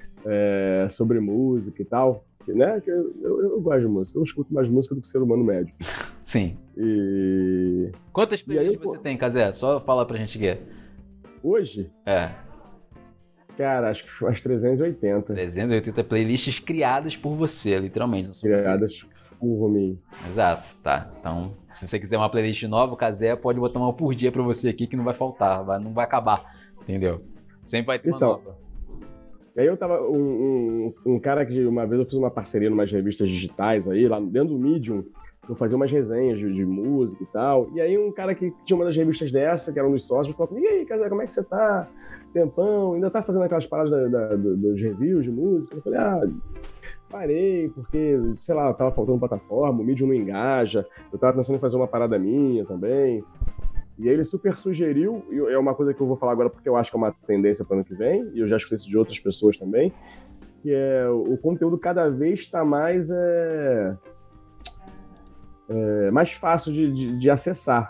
sobre música e tal. Né? Eu gosto de música. Eu escuto mais música do que ser humano médio. Sim. E... Quantas playlists você tem, Cazé? Só fala pra gente aqui. Hoje? É. Cara, acho que umas 380. 380 playlists criadas por você, literalmente. Criadas por mim. Exato, tá. Então, se você quiser uma playlist nova, o Cazé pode botar uma por dia pra você aqui que não vai faltar, não vai acabar, entendeu? Sempre vai ter uma nova. E aí eu tava, um cara que uma vez eu fiz uma parceria em umas revistas digitais aí, lá dentro do Medium, eu fazia umas resenhas de música e tal, e aí um cara que tinha uma das revistas dessa, que era um dos sócios, falou comigo, e aí, Cazé, como é que você tá? Tempão, ainda tá fazendo aquelas paradas dos reviews de música? Eu falei, parei, porque, sei lá, tava faltando plataforma, o Medium não engaja, eu tava pensando em fazer uma parada minha também. E aí ele super sugeriu, e é uma coisa que eu vou falar agora porque eu acho que é uma tendência para o ano que vem, e eu já escutei isso de outras pessoas também, que é o conteúdo cada vez está mais fácil de acessar.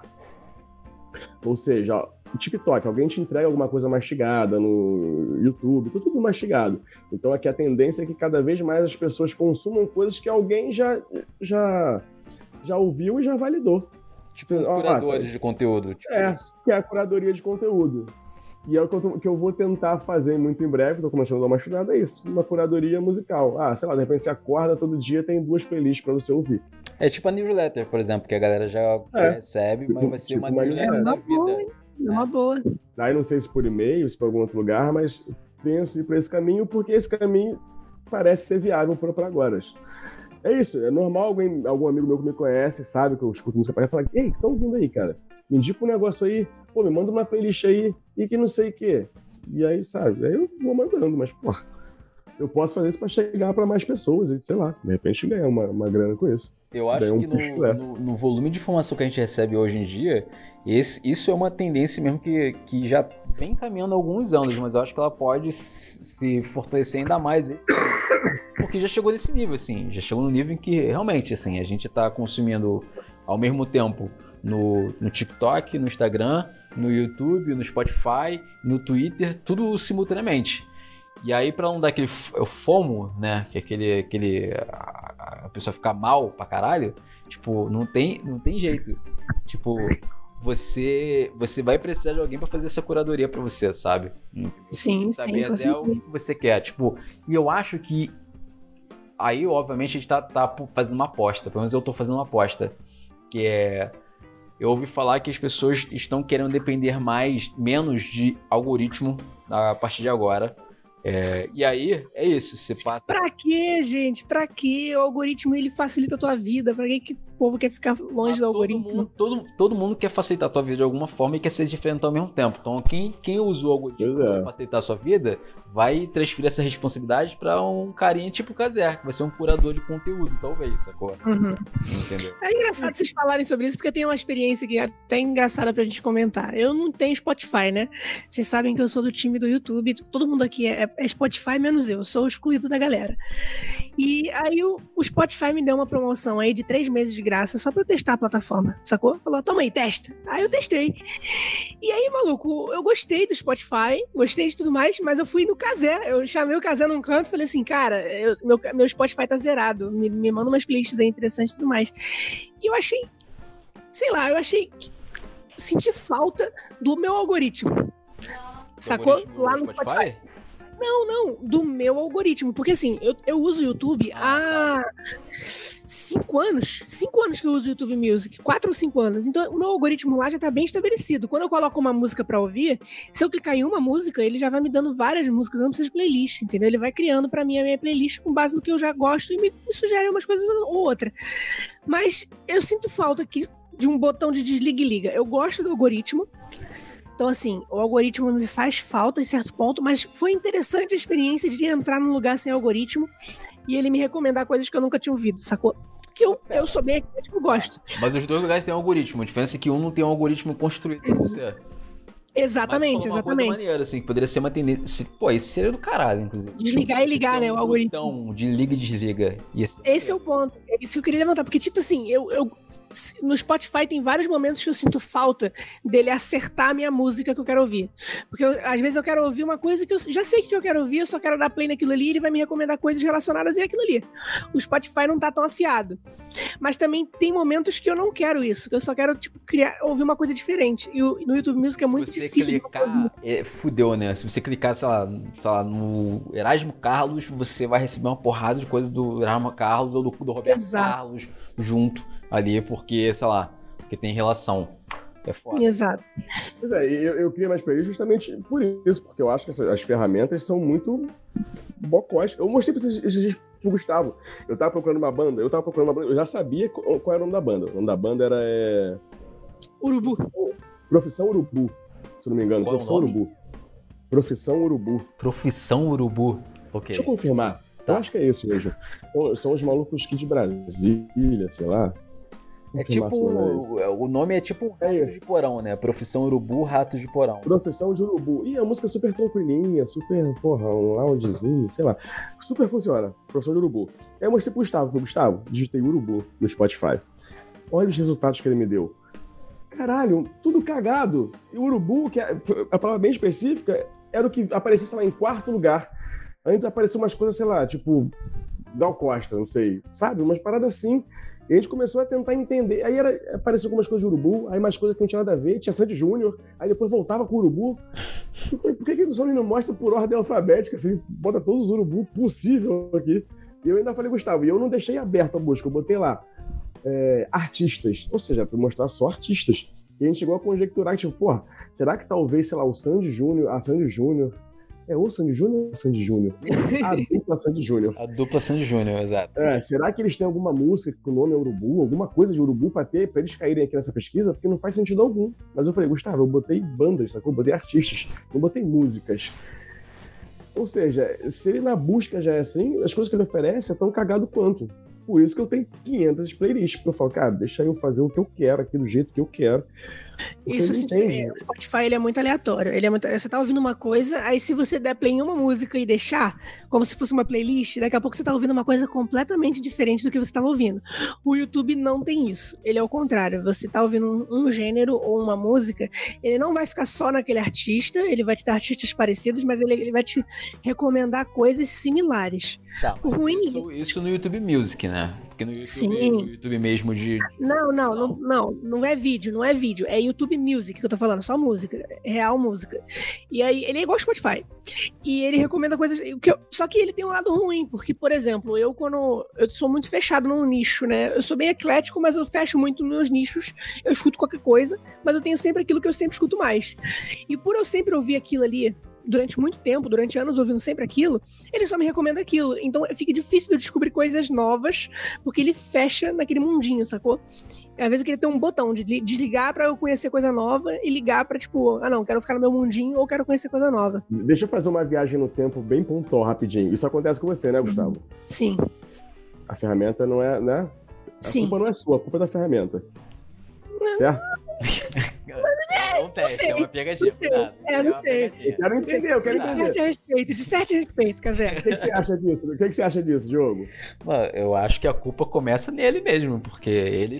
Ou seja, o TikTok, alguém te entrega alguma coisa mastigada no YouTube, tudo mastigado. Então aqui a tendência é que cada vez mais as pessoas consumam coisas que alguém já ouviu e já validou. Tipo curadores de conteúdo. Tipo que é a curadoria de conteúdo. E é o que eu vou tentar fazer muito em breve, tô começando a dar uma estudada, é isso, uma curadoria musical. Sei lá, de repente você acorda todo dia, tem 2 playlists pra você ouvir. É tipo a newsletter, por exemplo, que a galera já recebe, mas vai ser uma newsletter da vida. É uma boa. Aí não sei se por e-mail, se por algum outro lugar, mas penso em ir por esse caminho, porque esse caminho parece ser viável por agora. É isso, é normal algum amigo meu que me conhece, sabe que eu escuto música pra ele, falar, ei, que tá ouvindo aí, cara? Me indica um negócio aí, pô, me manda uma playlist aí, e que não sei o quê. E aí, sabe, aí eu vou mandando, mas, pô, eu posso fazer isso pra chegar pra mais pessoas, e sei lá, de repente ganhar uma grana com isso. Eu acho que no volume de informação que a gente recebe hoje em dia, isso é uma tendência mesmo que já vem caminhando há alguns anos, mas eu acho que ela pode se fortalecer ainda mais esse ano, porque já chegou nesse nível, assim, já chegou no nível em que realmente, assim, a gente tá consumindo ao mesmo tempo no TikTok, no Instagram, no YouTube, no Spotify, no Twitter, tudo simultaneamente. E aí, pra não dar aquele FOMO, né, que é a pessoa ficar mal pra caralho, tipo, não tem jeito. Tipo, você vai precisar de alguém pra fazer essa curadoria pra você, sabe? Sim, saber até o que você quer. Tipo, e eu acho que aí, obviamente, a gente tá fazendo uma aposta, pelo menos eu tô fazendo uma aposta, que é... Eu ouvi falar que as pessoas estão querendo depender menos de algoritmo a partir de agora. E aí, é isso, você passa... Pra quê, gente? Pra quê? O algoritmo, ele facilita a tua vida. Pra que o povo quer ficar longe do algoritmo. Todo mundo quer facilitar a tua vida de alguma forma e quer ser diferente ao mesmo tempo. Então, quem usou o algoritmo para facilitar a sua vida, vai transferir essa responsabilidade para um carinha tipo o Kazé, que vai ser um curador de conteúdo, talvez, sacou? Entendeu? É engraçado vocês falarem sobre isso, porque eu tenho uma experiência que é até engraçada pra gente comentar. Eu não tenho Spotify, né? Vocês sabem que eu sou do time do YouTube, todo mundo aqui é Spotify, menos eu sou o excluído da galera. E aí o Spotify me deu uma promoção aí de 3 meses de graça só pra eu testar a plataforma, sacou? Falou, toma aí, testa. Aí eu testei. E aí, maluco, eu gostei do Spotify, gostei de tudo mais, mas eu fui no Kazé, eu chamei o Kazé num canto e falei assim, cara, meu Spotify tá zerado, me manda umas playlists aí interessantes e tudo mais. E eu achei, sei lá, senti falta do meu algoritmo, sacou? Algoritmo lá no Spotify. Não, do meu algoritmo. Porque assim, eu uso o YouTube há 5 anos. 5 anos que eu uso o YouTube Music. 4 ou 5 anos. Então, o meu algoritmo lá já tá bem estabelecido. Quando eu coloco uma música pra ouvir, se eu clicar em uma música, ele já vai me dando várias músicas. Eu não preciso de playlist, entendeu? Ele vai criando pra mim a minha playlist com base no que eu já gosto e me sugere umas coisas ou outra. Mas eu sinto falta aqui de um botão de desliga e liga. Eu gosto do algoritmo. Então, assim, o algoritmo me faz falta em certo ponto, mas foi interessante a experiência de entrar num lugar sem algoritmo e ele me recomendar coisas que eu nunca tinha ouvido, sacou? Porque eu sou bem eclético, eu gosto. Mas os dois lugares têm algoritmo, a diferença é que um não tem um algoritmo construído pra você. Exatamente, uma coisa maneira, assim, que poderia ser uma tendência. Pô, isso seria do caralho, inclusive. Desligar e ligar, né, o algoritmo. Então, de liga e desliga. Esse é o ponto. Isso que eu queria levantar, porque, tipo assim, no Spotify tem vários momentos que eu sinto falta dele acertar a minha música que eu quero ouvir. Porque às vezes eu quero ouvir uma coisa que eu já sei que eu quero ouvir, eu só quero dar play naquilo ali e ele vai me recomendar coisas relacionadas a aquilo ali. O Spotify não tá tão afiado. Mas também tem momentos que eu não quero isso, que eu só quero, tipo, ouvir uma coisa diferente. E no YouTube Music é muito difícil. Se você clicar, fudeu, né? Se você clicar, sei lá, no Erasmo Carlos, você vai receber uma porrada de coisa do Erasmo Carlos ou do Roberto Carlos junto ali, porque, sei lá, porque tem relação. É foda. Exato. Pois é, eu criei mais playlist justamente por isso, porque eu acho que as ferramentas são muito bocós. Eu mostrei pra vocês pro Gustavo. Eu tava procurando uma banda, eu já sabia qual era o nome da banda. O nome da banda era... Urubu. Profissão Urubu, se não me engano. Profissão Urubu. Profissão Urubu. Ok. Deixa eu confirmar. Eu acho que é isso mesmo. São os malucos aqui de Brasília, sei lá. É tipo, o nome é tipo Rato de Porão, né? Profissão Urubu, Rato de Porão. Profissão de Urubu. E a música é super tranquilinha, super, um loungezinho, sei lá. Super funciona. Profissão de Urubu. Aí eu mostrei pro Gustavo. Gustavo, digitei Urubu no Spotify. Olha os resultados que ele me deu. Caralho, tudo cagado. E o Urubu, que é a palavra bem específica, era o que aparecia, sei lá, em 4º lugar. Antes apareciam umas coisas, sei lá, tipo Gal Costa, não sei, sabe? Umas paradas assim. E a gente começou a tentar entender. Aí apareceu algumas coisas de Urubu, aí mais coisas que não tinha nada a ver. Tinha Sandy Júnior, aí depois voltava com o Urubu. Por que o Sony não mostra por ordem alfabética, assim? Bota todos os Urubu possível aqui. E eu ainda falei, Gustavo, e eu não deixei aberto a busca, eu botei lá artistas, ou seja, para mostrar só artistas. E a gente chegou a conjecturar, tipo, porra, será que talvez, sei lá, o Sandy Júnior, a Sandy Júnior... É o Sandy Júnior ou a Sandy Júnior? A dupla Sandy Júnior. A dupla Sandy Júnior, exato. Será que eles têm alguma música com o nome é Urubu, alguma coisa de Urubu pra eles caírem aqui nessa pesquisa? Porque não faz sentido algum. Mas eu falei, Gustavo, eu botei bandas, sacou? Eu botei artistas, não botei músicas. Ou seja, se ele na busca já é assim, as coisas que ele oferece é tão cagado quanto. Por isso que eu tenho 500 playlists, porque eu falo, cara, deixa eu fazer o que eu quero aqui, do jeito que eu quero. Isso, assim, o Spotify ele é muito aleatório. Você tá ouvindo uma coisa, aí se você der play em uma música e deixar, como se fosse uma playlist, daqui a pouco você tá ouvindo uma coisa completamente diferente do que você tava ouvindo. O YouTube não tem isso. Ele é o contrário. Você tá ouvindo um gênero ou uma música, ele não vai ficar só naquele artista, ele vai te dar artistas parecidos, mas ele vai te recomendar coisas similares. Tá, o ruim... Isso no YouTube Music, né? Porque no YouTube, Sim. No YouTube mesmo de... Não é vídeo, é YouTube Music que eu tô falando, só música, real música. E aí, ele é igual ao Spotify. E ele recomenda coisas... Só que ele tem um lado ruim, porque, por exemplo, eu sou muito fechado num nicho, né? Eu sou bem eclético, mas eu fecho muito nos meus nichos, eu escuto qualquer coisa, mas eu tenho sempre aquilo que eu sempre escuto mais. E por eu sempre ouvir aquilo ali, durante muito tempo, durante anos ouvindo sempre aquilo, ele só me recomenda aquilo. Então fica difícil de eu descobrir coisas novas, porque ele fecha naquele mundinho, sacou? Às vezes eu queria ter um botão de desligar pra eu conhecer coisa nova e ligar pra, tipo, não, quero ficar no meu mundinho ou quero conhecer coisa nova. Deixa eu fazer uma viagem no tempo bem pontual, rapidinho. Isso acontece com você, né, Gustavo? Sim. A ferramenta não é, né? A Sim. culpa não é sua, a culpa é da ferramenta. Certo? Acontece, é uma pegadinha. Não sei. Eu quero entender. Disserte a respeito, Cazé. O que você acha disso? O que você acha disso, Diogo? Mano, eu acho que a culpa começa nele mesmo, porque ele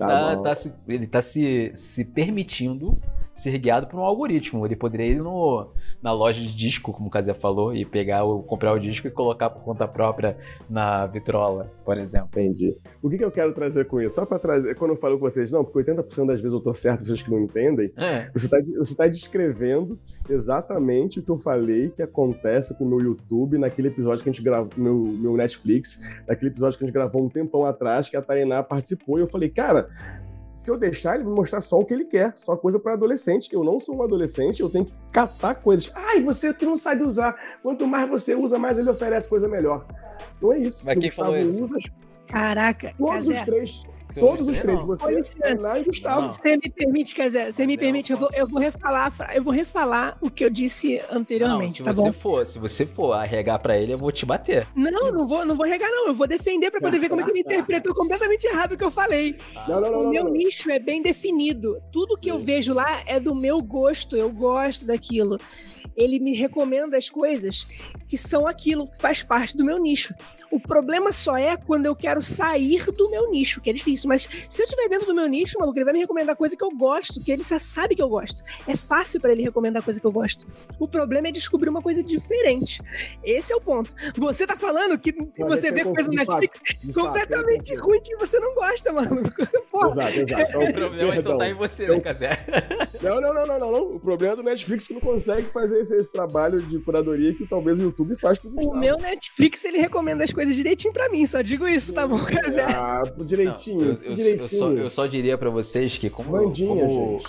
tá se permitindo ser guiado por um algoritmo. Ele poderia ir na loja de disco, como o Cazé falou, e comprar o disco e colocar por conta própria na vitrola, por exemplo. Entendi. O que eu quero trazer com isso? Só pra trazer, quando eu falo com vocês, não, porque 80% das vezes eu tô certo, vocês que não entendem, você tá descrevendo exatamente o que eu falei que acontece com o meu YouTube naquele episódio que a gente gravou, meu Netflix, naquele episódio que a gente gravou um tempão atrás, que a Tainá participou, e eu falei, cara, se eu deixar, ele vai mostrar só o que ele quer, só coisa para adolescente, que eu não sou um adolescente, eu tenho que catar coisas. Ai, você que não sabe usar, quanto mais você usa, mais ele oferece coisa melhor. Não é isso. Mas quem falou isso? Caraca, todos Cazé. os três. Todos os três, você, Tainá e Gustavo. Você me permite, Cazé, eu vou refalar o que eu disse anteriormente, tá bom? Se você for arregar pra ele, eu vou te bater. Não vou arregar não, eu vou defender pra poder ver como é que ele interpretou completamente errado o que eu falei. O meu nicho é bem definido, tudo que eu vejo lá é do meu gosto, eu gosto daquilo. Ele me recomenda as coisas que são aquilo que faz parte do meu nicho. O problema só é quando eu quero sair do meu nicho, que é difícil. Mas se eu estiver dentro do meu nicho, maluco, ele vai me recomendar coisa que eu gosto, que ele já sabe que eu gosto. É fácil pra ele recomendar coisa que eu gosto. O problema é descobrir uma coisa diferente. Esse é o ponto. Você tá falando que você vê coisa no Netflix completamente ruim que você não gosta, maluco. Exato. Então, o problema então tá em você, né, Cazé? Não. O problema é do Netflix que não consegue fazer esse trabalho de curadoria que talvez o YouTube faz com o Gustavo. O meu Netflix, ele recomenda as coisas direitinho pra mim, só digo isso, tá bom, Cazé? Direitinho. Eu só diria pra vocês que como Vandinha, gente.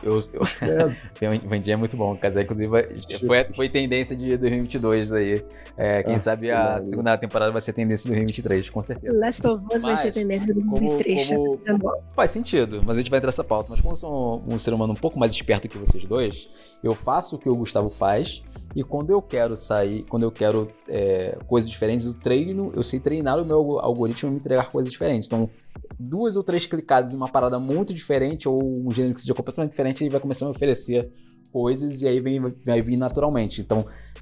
Vandinha é muito bom, Cazé, inclusive foi tendência de 2022 aí. Quem sabe a segunda temporada vai ser tendência de 2023, com certeza. Last of Us vai ser tendência de 2023. Faz sentido, mas a gente vai entrar nessa pauta. Mas como eu sou um ser humano um pouco mais esperto que vocês dois, eu faço o que o Gustavo faz. E quando eu quero sair, quando eu quero coisas diferentes, eu sei treinar o meu algoritmo e me entregar coisas diferentes. Então, 2 ou 3 clicadas em uma parada muito diferente ou um gênero que seja completamente diferente, ele vai começar a me oferecer coisas e aí vai vir naturalmente. Então,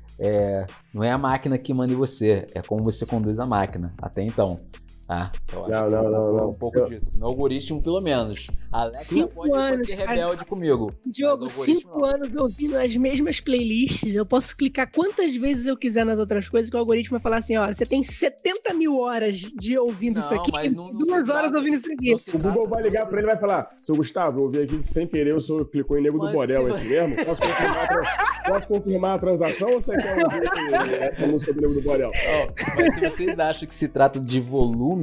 não é a máquina que manda em você, é como você conduz a máquina. Até então. Eu acho um pouco disso. No algoritmo, pelo menos. A Alexa pode ser rebelde comigo. Diogo, 5 anos ouvindo as mesmas playlists, eu posso clicar quantas vezes eu quiser nas outras coisas que o algoritmo vai falar assim, ó, você tem 70 mil horas de ouvindo isso aqui e 2 horas ouvindo isso aqui. O Google vai ligar pra ele e vai falar, seu Gustavo, eu ouvi aqui sem querer, o senhor clicou em Nego do Borel, é esse mesmo? Posso confirmar a transação ou você quer ouvir essa música do Nego do Borel? Mas se vocês acham que se trata de volume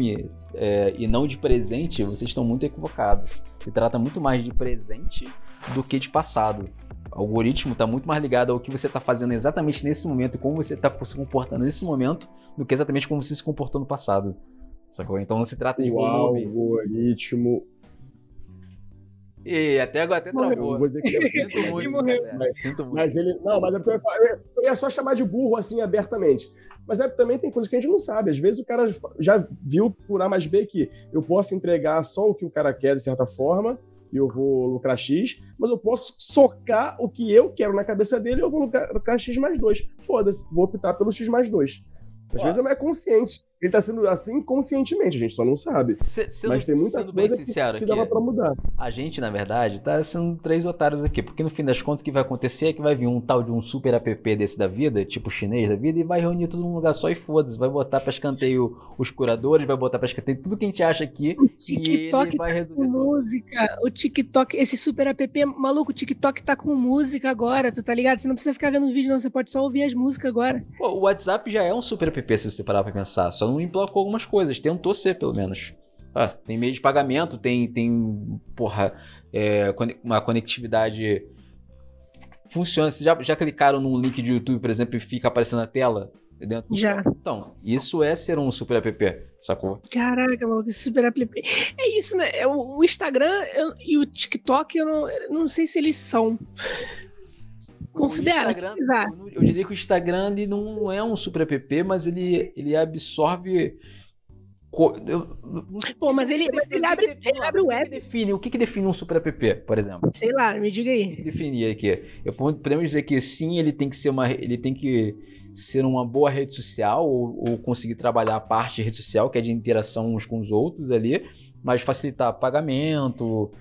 e não de presente, vocês estão muito equivocados. Se trata muito mais de presente do que de passado. O algoritmo está muito mais ligado ao que você está fazendo exatamente nesse momento e como você está se comportando nesse momento do que exatamente como você se comportou no passado. Sacou? Então não se trata de volume. O algoritmo... E até agora travou. Vou dizer que ele sinto muito, mas ele... Não, mas eu ia só chamar de burro assim abertamente. Mas também tem coisas que a gente não sabe. Às vezes o cara já viu por A mais B que eu posso entregar só o que o cara quer de certa forma e eu vou lucrar X, mas eu posso socar o que eu quero na cabeça dele e eu vou lucrar X mais 2. Foda-se, vou optar pelo X mais 2. Às vezes não é consciente. Ele tá sendo assim conscientemente, a gente só não sabe. Mas tem muita coisa que dava pra mudar. A gente, na verdade, tá sendo 3 otários aqui, porque no fim das contas o que vai acontecer é que vai vir um tal de um super app desse da vida, tipo chinês da vida, e vai reunir tudo num lugar só e foda-se. Vai botar pra escanteio os curadores, vai botar pra escanteio tudo que a gente acha aqui e ele vai resolver tudo. Música, o TikTok, esse super app, maluco, o TikTok tá com música agora, tu tá ligado? Você não precisa ficar vendo vídeo não, você pode só ouvir as músicas agora. Pô, o WhatsApp já é um super app se você parar pra pensar, só não emplacou algumas coisas, tentou ser pelo menos. Tem meio de pagamento, tem uma conectividade funciona. Vocês já clicaram num link de YouTube, por exemplo, e fica aparecendo na tela? Dentro Já. Então, isso é ser um super app, sacou? Caraca, maluco, esse super app. É isso, né? O Instagram e o TikTok, eu não sei se eles são. Considera. Eu diria que o Instagram ele não é um super app, mas ele absorve. Pô, mas ele abre o web. O que define um super app, por exemplo? Sei lá, me diga aí. O que definir aqui? Podemos dizer que sim, ele tem que ser uma boa rede social ou conseguir trabalhar a parte de rede social, que é de interação uns com os outros ali, mas facilitar pagamento,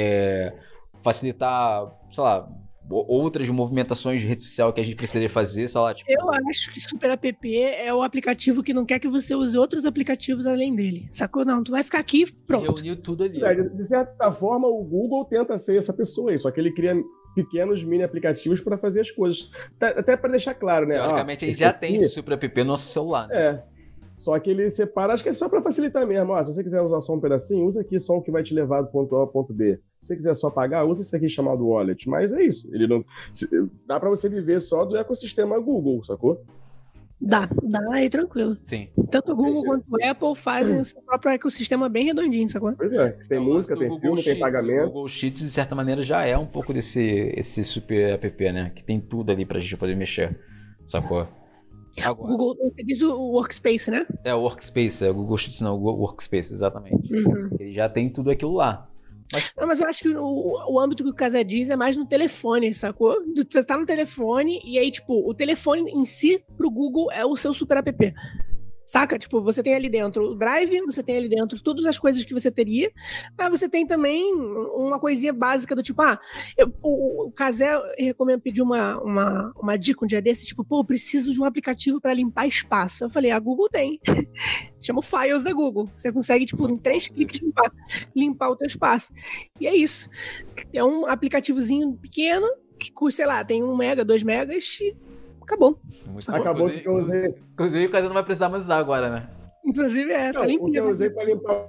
facilitar, sei lá, outras movimentações de rede social que a gente precisaria fazer, sei lá, tipo... Eu acho que Super App é o aplicativo que não quer que você use outros aplicativos além dele, sacou? Não, tu vai ficar aqui, pronto. Reuniu tudo ali. De certa forma, o Google tenta ser essa pessoa aí, só que ele cria pequenos mini aplicativos para fazer as coisas. Até para deixar claro, né? Teoricamente, a gente já tem esse Super App no nosso celular, né? Só que ele separa, acho que é só para facilitar mesmo. Se você quiser usar só um pedacinho, usa aqui só o que vai te levar do ponto A ao ponto B. Se você quiser só pagar, usa esse aqui chamado Wallet. Mas é isso. Ele não dá para você viver só do ecossistema Google, sacou? Dá aí tranquilo. Sim. Tanto o Google quanto o Apple fazem o seu próprio ecossistema bem redondinho, sacou? Pois é. Tem música, tem filme, tem pagamento. O Google Sheets, de certa maneira, já é um pouco esse super app, né? Que tem tudo ali pra gente poder mexer, sacou? Agora. O Google, você diz o Workspace, né? O Workspace, o Google Sheets não, o Workspace, exatamente. Ele já tem tudo aquilo lá. Mas eu acho que o âmbito que o Casé diz é mais no telefone, sacou? Você tá no telefone e aí, tipo, o telefone em si, pro Google, é o seu super app. Saca? Tipo, você tem ali dentro o Drive, você tem ali dentro todas as coisas que você teria, mas você tem também uma coisinha básica do tipo, o Casé pediu uma dica um dia desse, tipo, eu preciso de um aplicativo para limpar espaço. Eu falei, a Google tem. Se chama o Files da Google. Você consegue, tipo, em 3 cliques limpar o teu espaço. E é isso. É um aplicativozinho pequeno, que custa, sei lá, tem 1 mega, 2 megas e acabou. Acabou que eu usei. Inclusive, o Casé não vai precisar mais usar agora, né? Inclusive, tá limpinho. O que eu usei pra limpar.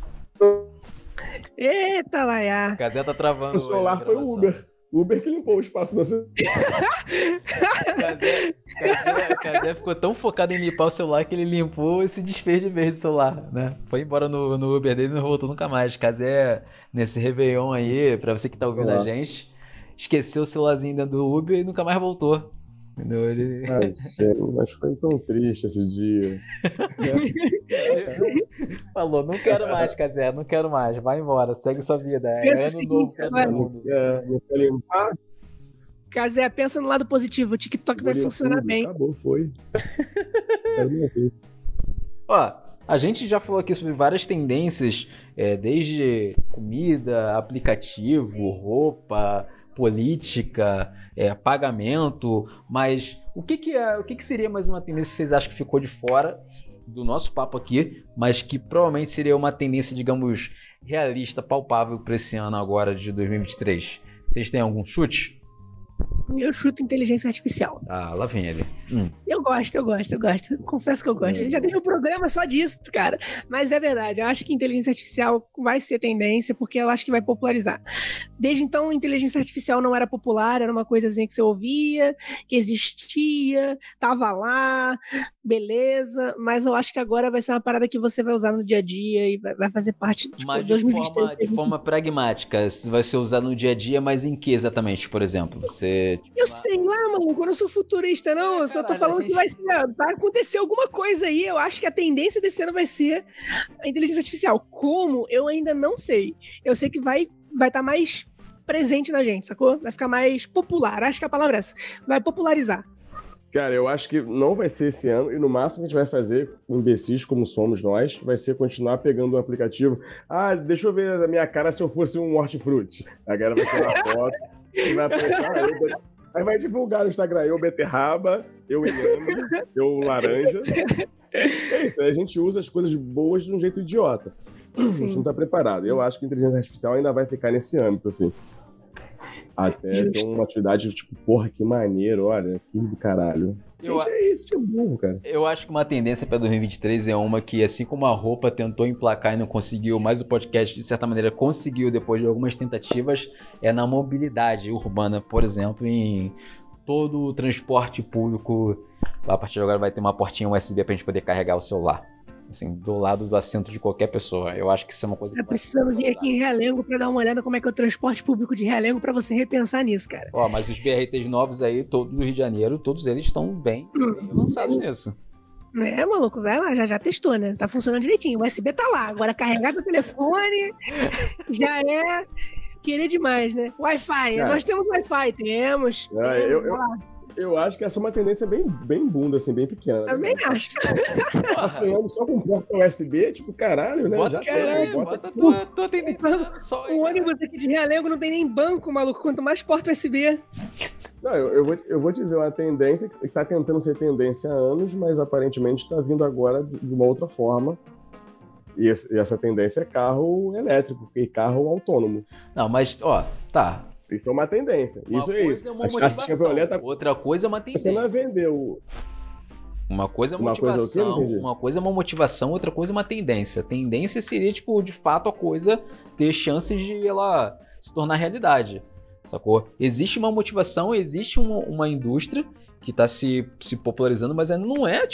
Eita, Laia. O Casé tá travando. O celular foi o Uber. O Uber que limpou o espaço do seu. O Casé ficou tão focado em limpar o celular que ele limpou e se desfez de vez do celular, né? Foi embora no Uber dele e não voltou nunca mais. Casé, nesse Réveillon aí, pra você que tá ouvindo a gente, esqueceu o celularzinho dentro do Uber e nunca mais voltou. Mas foi tão triste esse dia. Falou, não quero mais, Casé, não quero mais, vai embora, segue sua vida. É ano novo pra todo mundo. Não quer limpar? Casé, pensa no lado positivo, o TikTok vai funcionar bem. Acabou, foi. Ó, a gente já falou aqui sobre várias tendências, desde comida, aplicativo, roupa, política, pagamento, mas o que seria mais uma tendência que vocês acham que ficou de fora do nosso papo aqui, mas que provavelmente seria uma tendência, digamos, realista, palpável para esse ano agora de 2023? Vocês têm algum chute? Eu chuto inteligência artificial. Lá vem ele. Eu gosto. Confesso que eu gosto. A gente já teve um programa só disso, cara. Mas é verdade. Eu acho que inteligência artificial vai ser tendência, porque eu acho que vai popularizar. Desde então, inteligência artificial não era popular, era uma coisazinha que você ouvia, que existia, tava lá, beleza. Mas eu acho que agora vai ser uma parada que você vai usar no dia a dia e vai fazer parte de 2023. De forma pragmática, vai ser usado no dia a dia, mas em que exatamente, por exemplo? Eu sei lá, mano, eu não sou futurista, não. Eu só tô falando que vai acontecer alguma coisa aí. Eu acho que a tendência desse ano vai ser a inteligência artificial. Como? Eu ainda não sei. Eu sei que vai estar mais presente na gente, sacou? Vai ficar mais popular. Acho que a palavra é essa. Vai popularizar. Cara, eu acho que não vai ser esse ano, e no máximo que a gente vai fazer, imbecis como somos nós, vai ser continuar pegando um aplicativo. Deixa eu ver a minha cara se eu fosse um hortifruti. A galera vai tirar foto e vai apontar. Aí vai divulgar no Instagram, eu beterraba, eu inhame, eu laranja. É isso, aí a gente usa as coisas boas de um jeito idiota. Sim. A gente não tá preparado. Eu acho que a inteligência artificial ainda vai ficar nesse âmbito, assim. Até Justo. ter uma atividade tipo, porra, que maneiro, olha, que do caralho. Gente, é isso, tipo burro, cara. Eu acho que uma tendência para 2023 é uma que, assim como a roupa tentou emplacar e não conseguiu, mas o podcast, de certa maneira, conseguiu depois de algumas tentativas, é na mobilidade urbana, por exemplo, em todo o transporte público. Lá a partir de agora vai ter uma portinha USB pra gente poder carregar o celular. Assim, do lado do assento de qualquer pessoa. Eu acho que isso é uma coisa... Você tá precisando vir aqui em Realengo pra dar uma olhada como é que é o transporte público de Realengo pra você repensar nisso, cara. Ó, mas os BRTs novos aí, todos do Rio de Janeiro, todos eles estão bem avançados nisso. É, maluco, vai lá, já testou, né? Tá funcionando direitinho. O USB tá lá. Agora carregar do telefone já é querer demais, né? Wi-Fi, Cara, nós temos Wi-Fi, temos. Eu acho que essa é uma tendência bem bunda, assim, bem pequena. Também acho. Tá sonhando só com porta USB, tipo, caralho, né? Bota, Já caralho, tem, bota tudo. tua tendência só aí, O cara. ônibus aqui de Realengo não tem nem banco, maluco. Quanto mais porta USB. Não, eu vou te dizer uma tendência que tá tentando ser tendência há anos, mas aparentemente tá vindo agora de uma outra forma. E essa tendência é carro elétrico e carro autônomo. Não, mas, ó, tá. Isso é uma tendência. Uma Isso é coisa isso. é uma As caixinhas motivação, violetas, outra coisa é uma você não é tendência. vender o... Uma coisa é Uma coisa é o quê? Não motivação, entendi. uma coisa é uma motivação, outra coisa é uma tendência. Tendência seria, tipo, de fato a coisa ter chances de ela se tornar realidade, sacou? Existe uma motivação, existe uma indústria que tá se popularizando, mas ainda não é,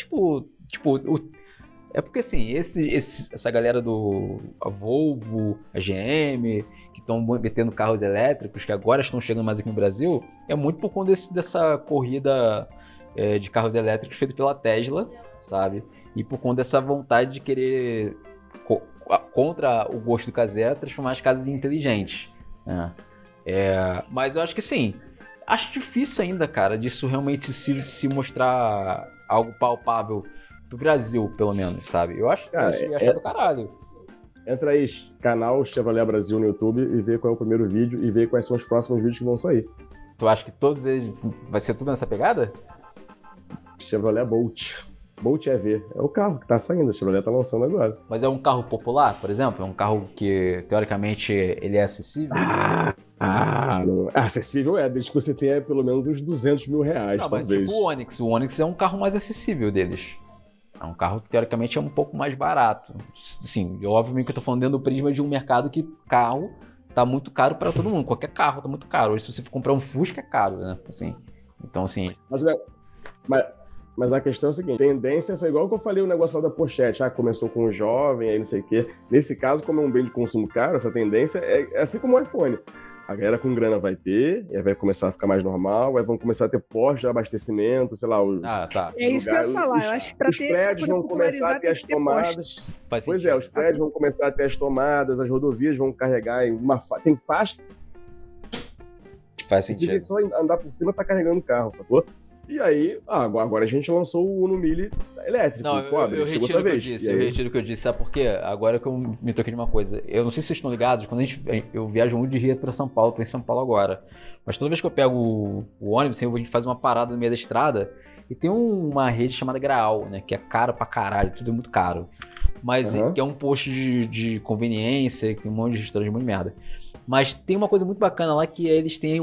é porque, assim, essa galera a Volvo, a GM, que estão metendo carros elétricos, que agora estão chegando mais aqui no Brasil, é muito por conta dessa corrida de carros elétricos feito pela Tesla, sabe? E por conta dessa vontade de querer, contra o gosto do Cazé, transformar as casas em inteligentes, né? Mas eu acho que, sim, acho difícil ainda, cara, disso realmente se mostrar algo palpável pro Brasil, pelo menos, sabe? Eu acho que ia achar do caralho. Entra aí, canal Chevrolet Brasil no YouTube e vê qual é o primeiro vídeo e vê quais são os próximos vídeos que vão sair. Tu acha que todos eles vai ser tudo nessa pegada? Chevrolet Bolt. Bolt EV. É o carro que tá saindo, a Chevrolet tá lançando agora. Mas é um carro popular, por exemplo? É um carro que, teoricamente, ele é acessível? Não. Acessível desde que você tenha pelo menos uns 200 mil reais, Não, mas talvez. tipo o Onix. O Onix é um carro mais acessível deles. É um carro que, teoricamente, é um pouco mais barato. Sim, obviamente que eu tô falando dentro do prisma de um mercado que carro tá muito caro para todo mundo. Qualquer carro tá muito caro. Hoje, se você for comprar um Fusca, é caro, né? Assim, então, assim... Mas a questão é o seguinte, tendência foi igual que eu falei o negócio lá da pochete, começou com um jovem, aí não sei o quê. Nesse caso, como é um bem de consumo caro, essa tendência é assim como o iPhone. A galera com grana vai ter, e aí vai começar a ficar mais normal, aí vão começar a ter postos de abastecimento, sei lá. Tá. É isso que eu ia falar. Eu acho que pra os prédios vão começar a ter as tomadas. Pois é, os prédios vão começar a ter as tomadas, as rodovias vão carregar em uma faixa. Tem faixa. Faz Se sentido. só andar por cima, tá carregando o carro, sacou? E aí, agora a gente lançou o Uno Mille elétrico. Não, eu retiro o que eu disse, eu retiro o que eu disse. Sabe por quê? Agora que eu me toquei de uma coisa. Eu não sei se vocês estão ligados, quando eu viajo muito de Rio pra São Paulo, tô em São Paulo agora. Mas toda vez que eu pego o ônibus, a gente faz uma parada no meio da estrada e tem uma rede chamada Graal, né? Que é caro pra caralho, tudo é muito caro. Mas que é um posto de conveniência, que tem um monte de restaurante, um monte de merda. Mas tem uma coisa muito bacana lá que eles têm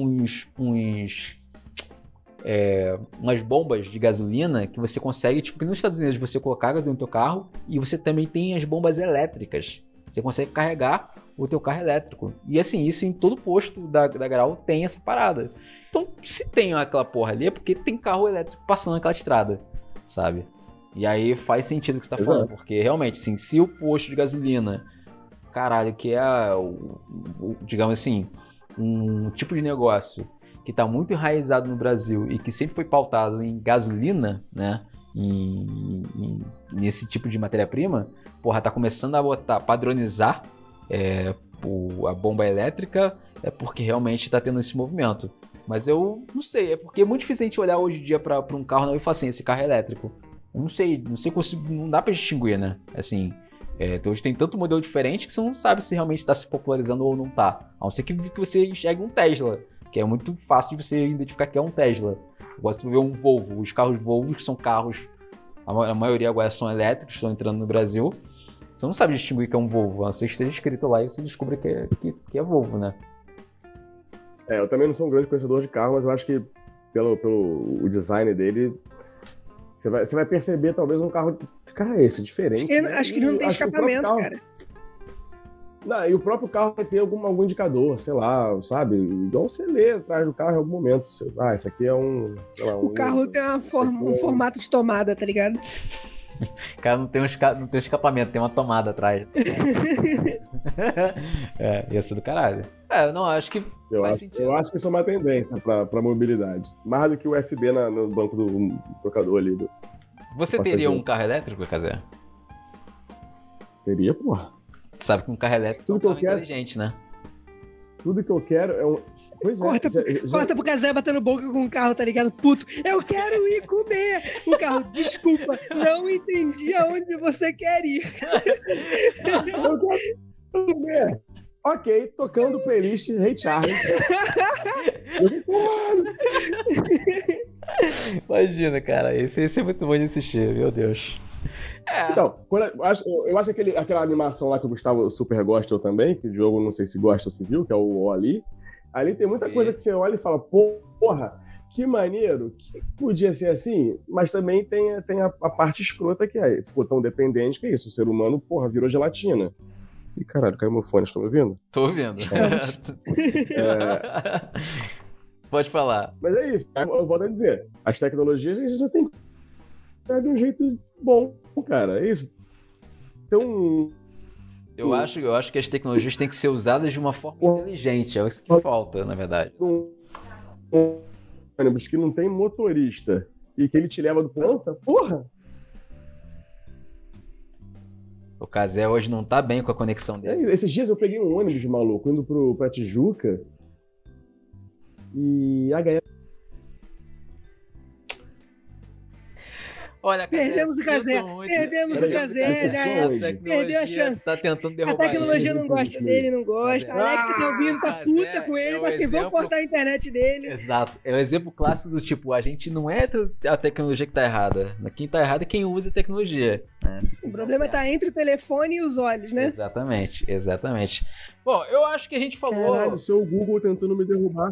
umas bombas de gasolina que você consegue, tipo, que nos Estados Unidos você colocar gasolina no teu carro e você também tem as bombas elétricas. Você consegue carregar o teu carro elétrico. E assim, isso em todo posto da Grau tem essa parada. Então, se tem aquela porra ali, é porque tem carro elétrico passando naquela estrada, sabe? E aí faz sentido o que você tá falando, porque realmente, assim, se o posto de gasolina, caralho, que é, digamos assim, um tipo de negócio que está muito enraizado no Brasil e que sempre foi pautado em gasolina, né, nesse tipo de matéria-prima, porra, tá começando a padronizar a bomba elétrica, porque realmente tá tendo esse movimento. Mas eu não sei, é porque é muito difícil a gente olhar hoje em dia para um carro não e falar assim, esse carro é elétrico. Eu não sei, não dá para distinguir, né, assim... Então hoje tem tanto modelo diferente que você não sabe se realmente está se popularizando ou não tá. A não ser que você enxergue um Tesla, que é muito fácil de você identificar que é um Tesla. Agora se tu vê um Volvo, os carros Volvo, que são carros, a maioria agora são elétricos, estão entrando no Brasil, você não sabe distinguir que é um Volvo, a não ser que esteja escrito lá e você descubra que é Volvo, né? Eu também não sou um grande conhecedor de carro, mas eu acho que pelo o design dele, você vai perceber talvez um carro... Cara, esse diferente. Acho que ele não tem escapamento, cara. Não, e o próprio carro vai ter algum indicador, sei lá, sabe? Igual você lê atrás do carro em algum momento. Isso aqui é um... Sei lá, o carro tem um formato de tomada, tá ligado? O cara não tem escapamento, tem uma tomada atrás. Ia ser do caralho. Não, acho que faz sentido. Eu acho que isso é uma tendência pra mobilidade. Mais do que o USB no banco do trocador ali. Você teria um carro elétrico, Cazé? Teria, porra. Você sabe que um carro elétrico é um carro inteligente, né? Tudo que eu quero é um... Pois corta pro Cazé batendo boca com o carro, tá ligado? Puto, eu quero ir comer! O carro, desculpa, não entendi aonde você quer ir. Eu quero comer. Ok, tocando playlist Ray Charles. Imagina, cara, esse é muito bom de assistir, meu Deus. Então, eu acho aquela animação lá que o Gustavo super gosta, eu também, que o Diogo não sei se gosta ou se viu, que é o Ali. Ali tem muita coisa que você olha e fala, porra, que maneiro, que podia ser assim, mas também tem a parte escrota que ficou tão dependente que é isso, o ser humano, porra, virou gelatina. Ih, caralho, caiu meu fone, estão me ouvindo? Tô ouvindo. Pode falar. Mas é isso, eu volto a dizer, as tecnologias a gente só tem que de um jeito bom, cara, é isso. Então... Eu acho que as tecnologias têm que ser usadas de uma forma inteligente, é isso que falta, na verdade. Um ônibus que não tem motorista e que ele te leva do plança, porra! O Cazé hoje não tá bem com a conexão dele. Esses dias eu peguei um ônibus, maluco, indo pra Tijuca e a galera... Olha, perdemos o Cazé, perdeu a chance. Tá tentando derrubar a tecnologia não gosta dele, não gosta. A Alexa tá ouvindo, tá puta com ele, mas assim, vamos cortar a internet dele. Exato, é o exemplo clássico do tipo, a gente não é a tecnologia que tá errada. Quem tá errado é quem usa a tecnologia. O problema tá entre o telefone e os olhos, né? Exatamente. Bom, eu acho que a gente falou... Caralho, o seu Google tentando me derrubar.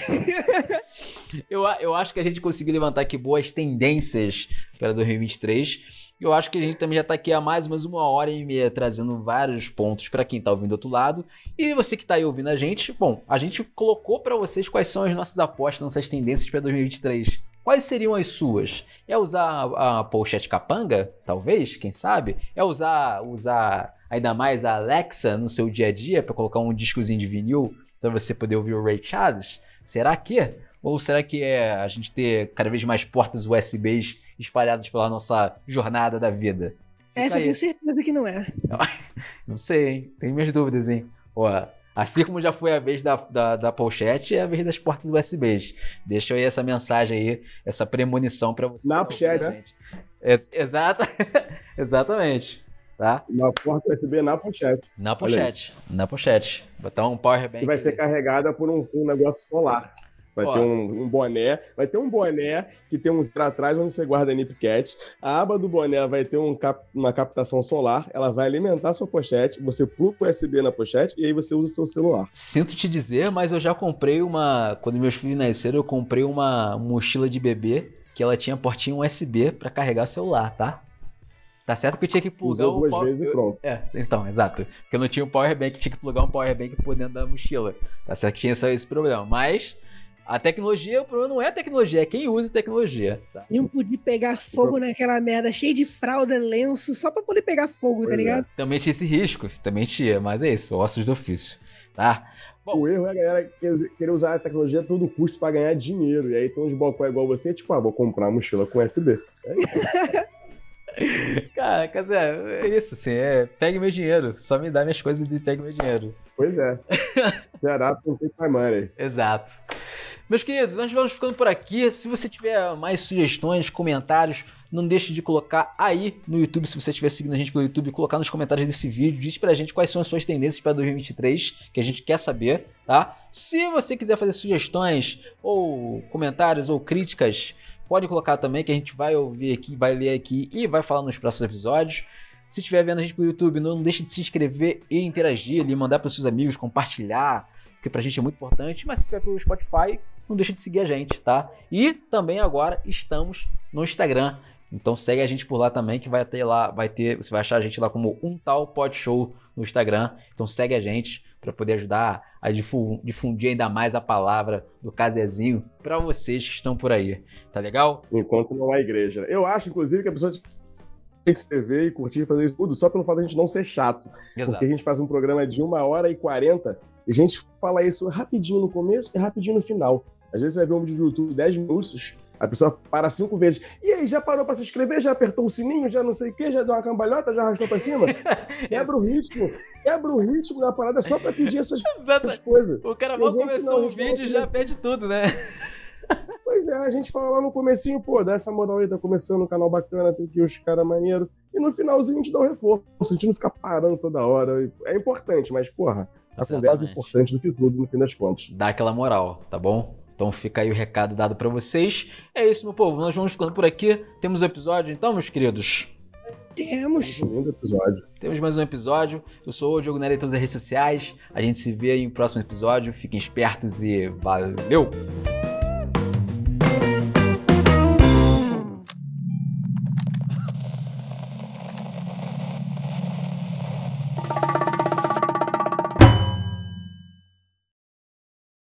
Eu acho que a gente conseguiu levantar aqui boas tendências para 2023. Eu acho que a gente também já está aqui há mais ou menos 1h30 trazendo vários pontos para quem está ouvindo do outro lado. E você que está aí ouvindo a gente, bom, a gente colocou para vocês quais são as nossas apostas, nossas tendências para 2023. Quais seriam as suas? É usar a pochete capanga? Talvez, quem sabe? É usar ainda mais a Alexa no seu dia a dia para colocar um discozinho de vinil para você poder ouvir o Ray Charles? Será que? Ou será que é a gente ter cada vez mais portas USBs espalhadas pela nossa jornada da vida? Essa eu tenho certeza que não é. Não sei, hein? Tenho minhas dúvidas, hein? Assim como já foi a vez da pochete, é a vez das portas USBs. Deixa aí essa mensagem aí, essa premonição para você. Na pochete, né? Exatamente. Tá? Na porta USB na pochete. Na pochete. Botar um power bank. Que vai ser carregada por um negócio solar. Vai ter um boné. Vai ter um boné que tem um zero atrás onde você guarda a Nipcat. A aba do boné vai ter uma captação solar. Ela vai alimentar a sua pochete. Você pluga o USB na pochete e aí você usa o seu celular. Sinto te dizer, mas eu já comprei quando meus filhos nasceram, eu comprei uma mochila de bebê que ela tinha portinha USB para carregar o celular, tá? Tá certo que eu tinha que plugar Usou duas vezes e pronto. Então, exato. Porque eu não tinha um power bank, tinha que plugar um power bank por dentro da mochila. Tá certo que tinha esse problema. Mas a tecnologia, o problema não é a tecnologia, é quem usa a tecnologia. Tá? Eu não podia pegar fogo naquela merda, cheio de fralda, lenço, só pra poder pegar fogo, tá ligado? Também tinha esse risco, mas é isso, ossos do ofício, tá? Bom, o erro é a galera querer usar a tecnologia a todo custo pra ganhar dinheiro. E aí tem uns bocó igual você, tipo, vou comprar uma mochila com USB. É isso. Cara, é isso, assim, pegue meu dinheiro, só me dá minhas coisas e pegue meu dinheiro. Pois é. Será não tem my money. Exato. Meus queridos, nós vamos ficando por aqui. Se você tiver mais sugestões, comentários, não deixe de colocar aí no YouTube, se você estiver seguindo a gente pelo YouTube, colocar nos comentários desse vídeo, diz pra gente quais são as suas tendências para 2023, que a gente quer saber, tá? Se você quiser fazer sugestões, ou comentários, ou críticas, pode colocar também, que a gente vai ouvir aqui, vai ler aqui e vai falar nos próximos episódios. Se estiver vendo a gente pelo YouTube, não deixe de se inscrever e interagir ali, mandar para os seus amigos, compartilhar, que pra gente é muito importante, mas se tiver pelo Spotify, não deixa de seguir a gente, tá? E também agora estamos no Instagram. Então segue a gente por lá também, que vai ter lá, você vai achar a gente lá como Um Tal Pod Show no Instagram. Então segue a gente para poder ajudar a difundir ainda mais a palavra do Casezinho para vocês que estão por aí. Tá legal? Enquanto não há igreja. Eu acho, inclusive, que a pessoa tem que escrever e curtir e fazer isso tudo só pelo fato de a gente não ser chato. Exato. Porque a gente faz um programa de 1h40 e a gente fala isso rapidinho no começo e rapidinho no final. Às vezes você vai ver um vídeo do YouTube de 10 minutos, a pessoa para 5 vezes. E aí, já parou para se inscrever? Já apertou o sininho? Já não sei o quê? Já deu uma cambalhota? Já arrastou para cima? Quebra o ritmo da parada só para pedir essas coisas. O cara mal começou o vídeo e já pede tudo, né? Pois é, a gente fala lá no comecinho, pô, dá essa moral aí, tá começando um canal bacana, tem aqui os caras maneiros. E no finalzinho a gente dá um reforço, a gente não fica parando toda hora. É importante, mas, porra, a conversa é importante do que tudo, no fim das contas. Dá aquela moral, tá bom? Então fica aí o recado dado pra vocês. É isso, meu povo. Nós vamos ficando por aqui. Temos um episódio, então, meus queridos? Temos. Temos mais um episódio. Eu sou o Diogo Nery em todas as redes sociais. A gente se vê em um próximo episódio. Fiquem espertos e valeu!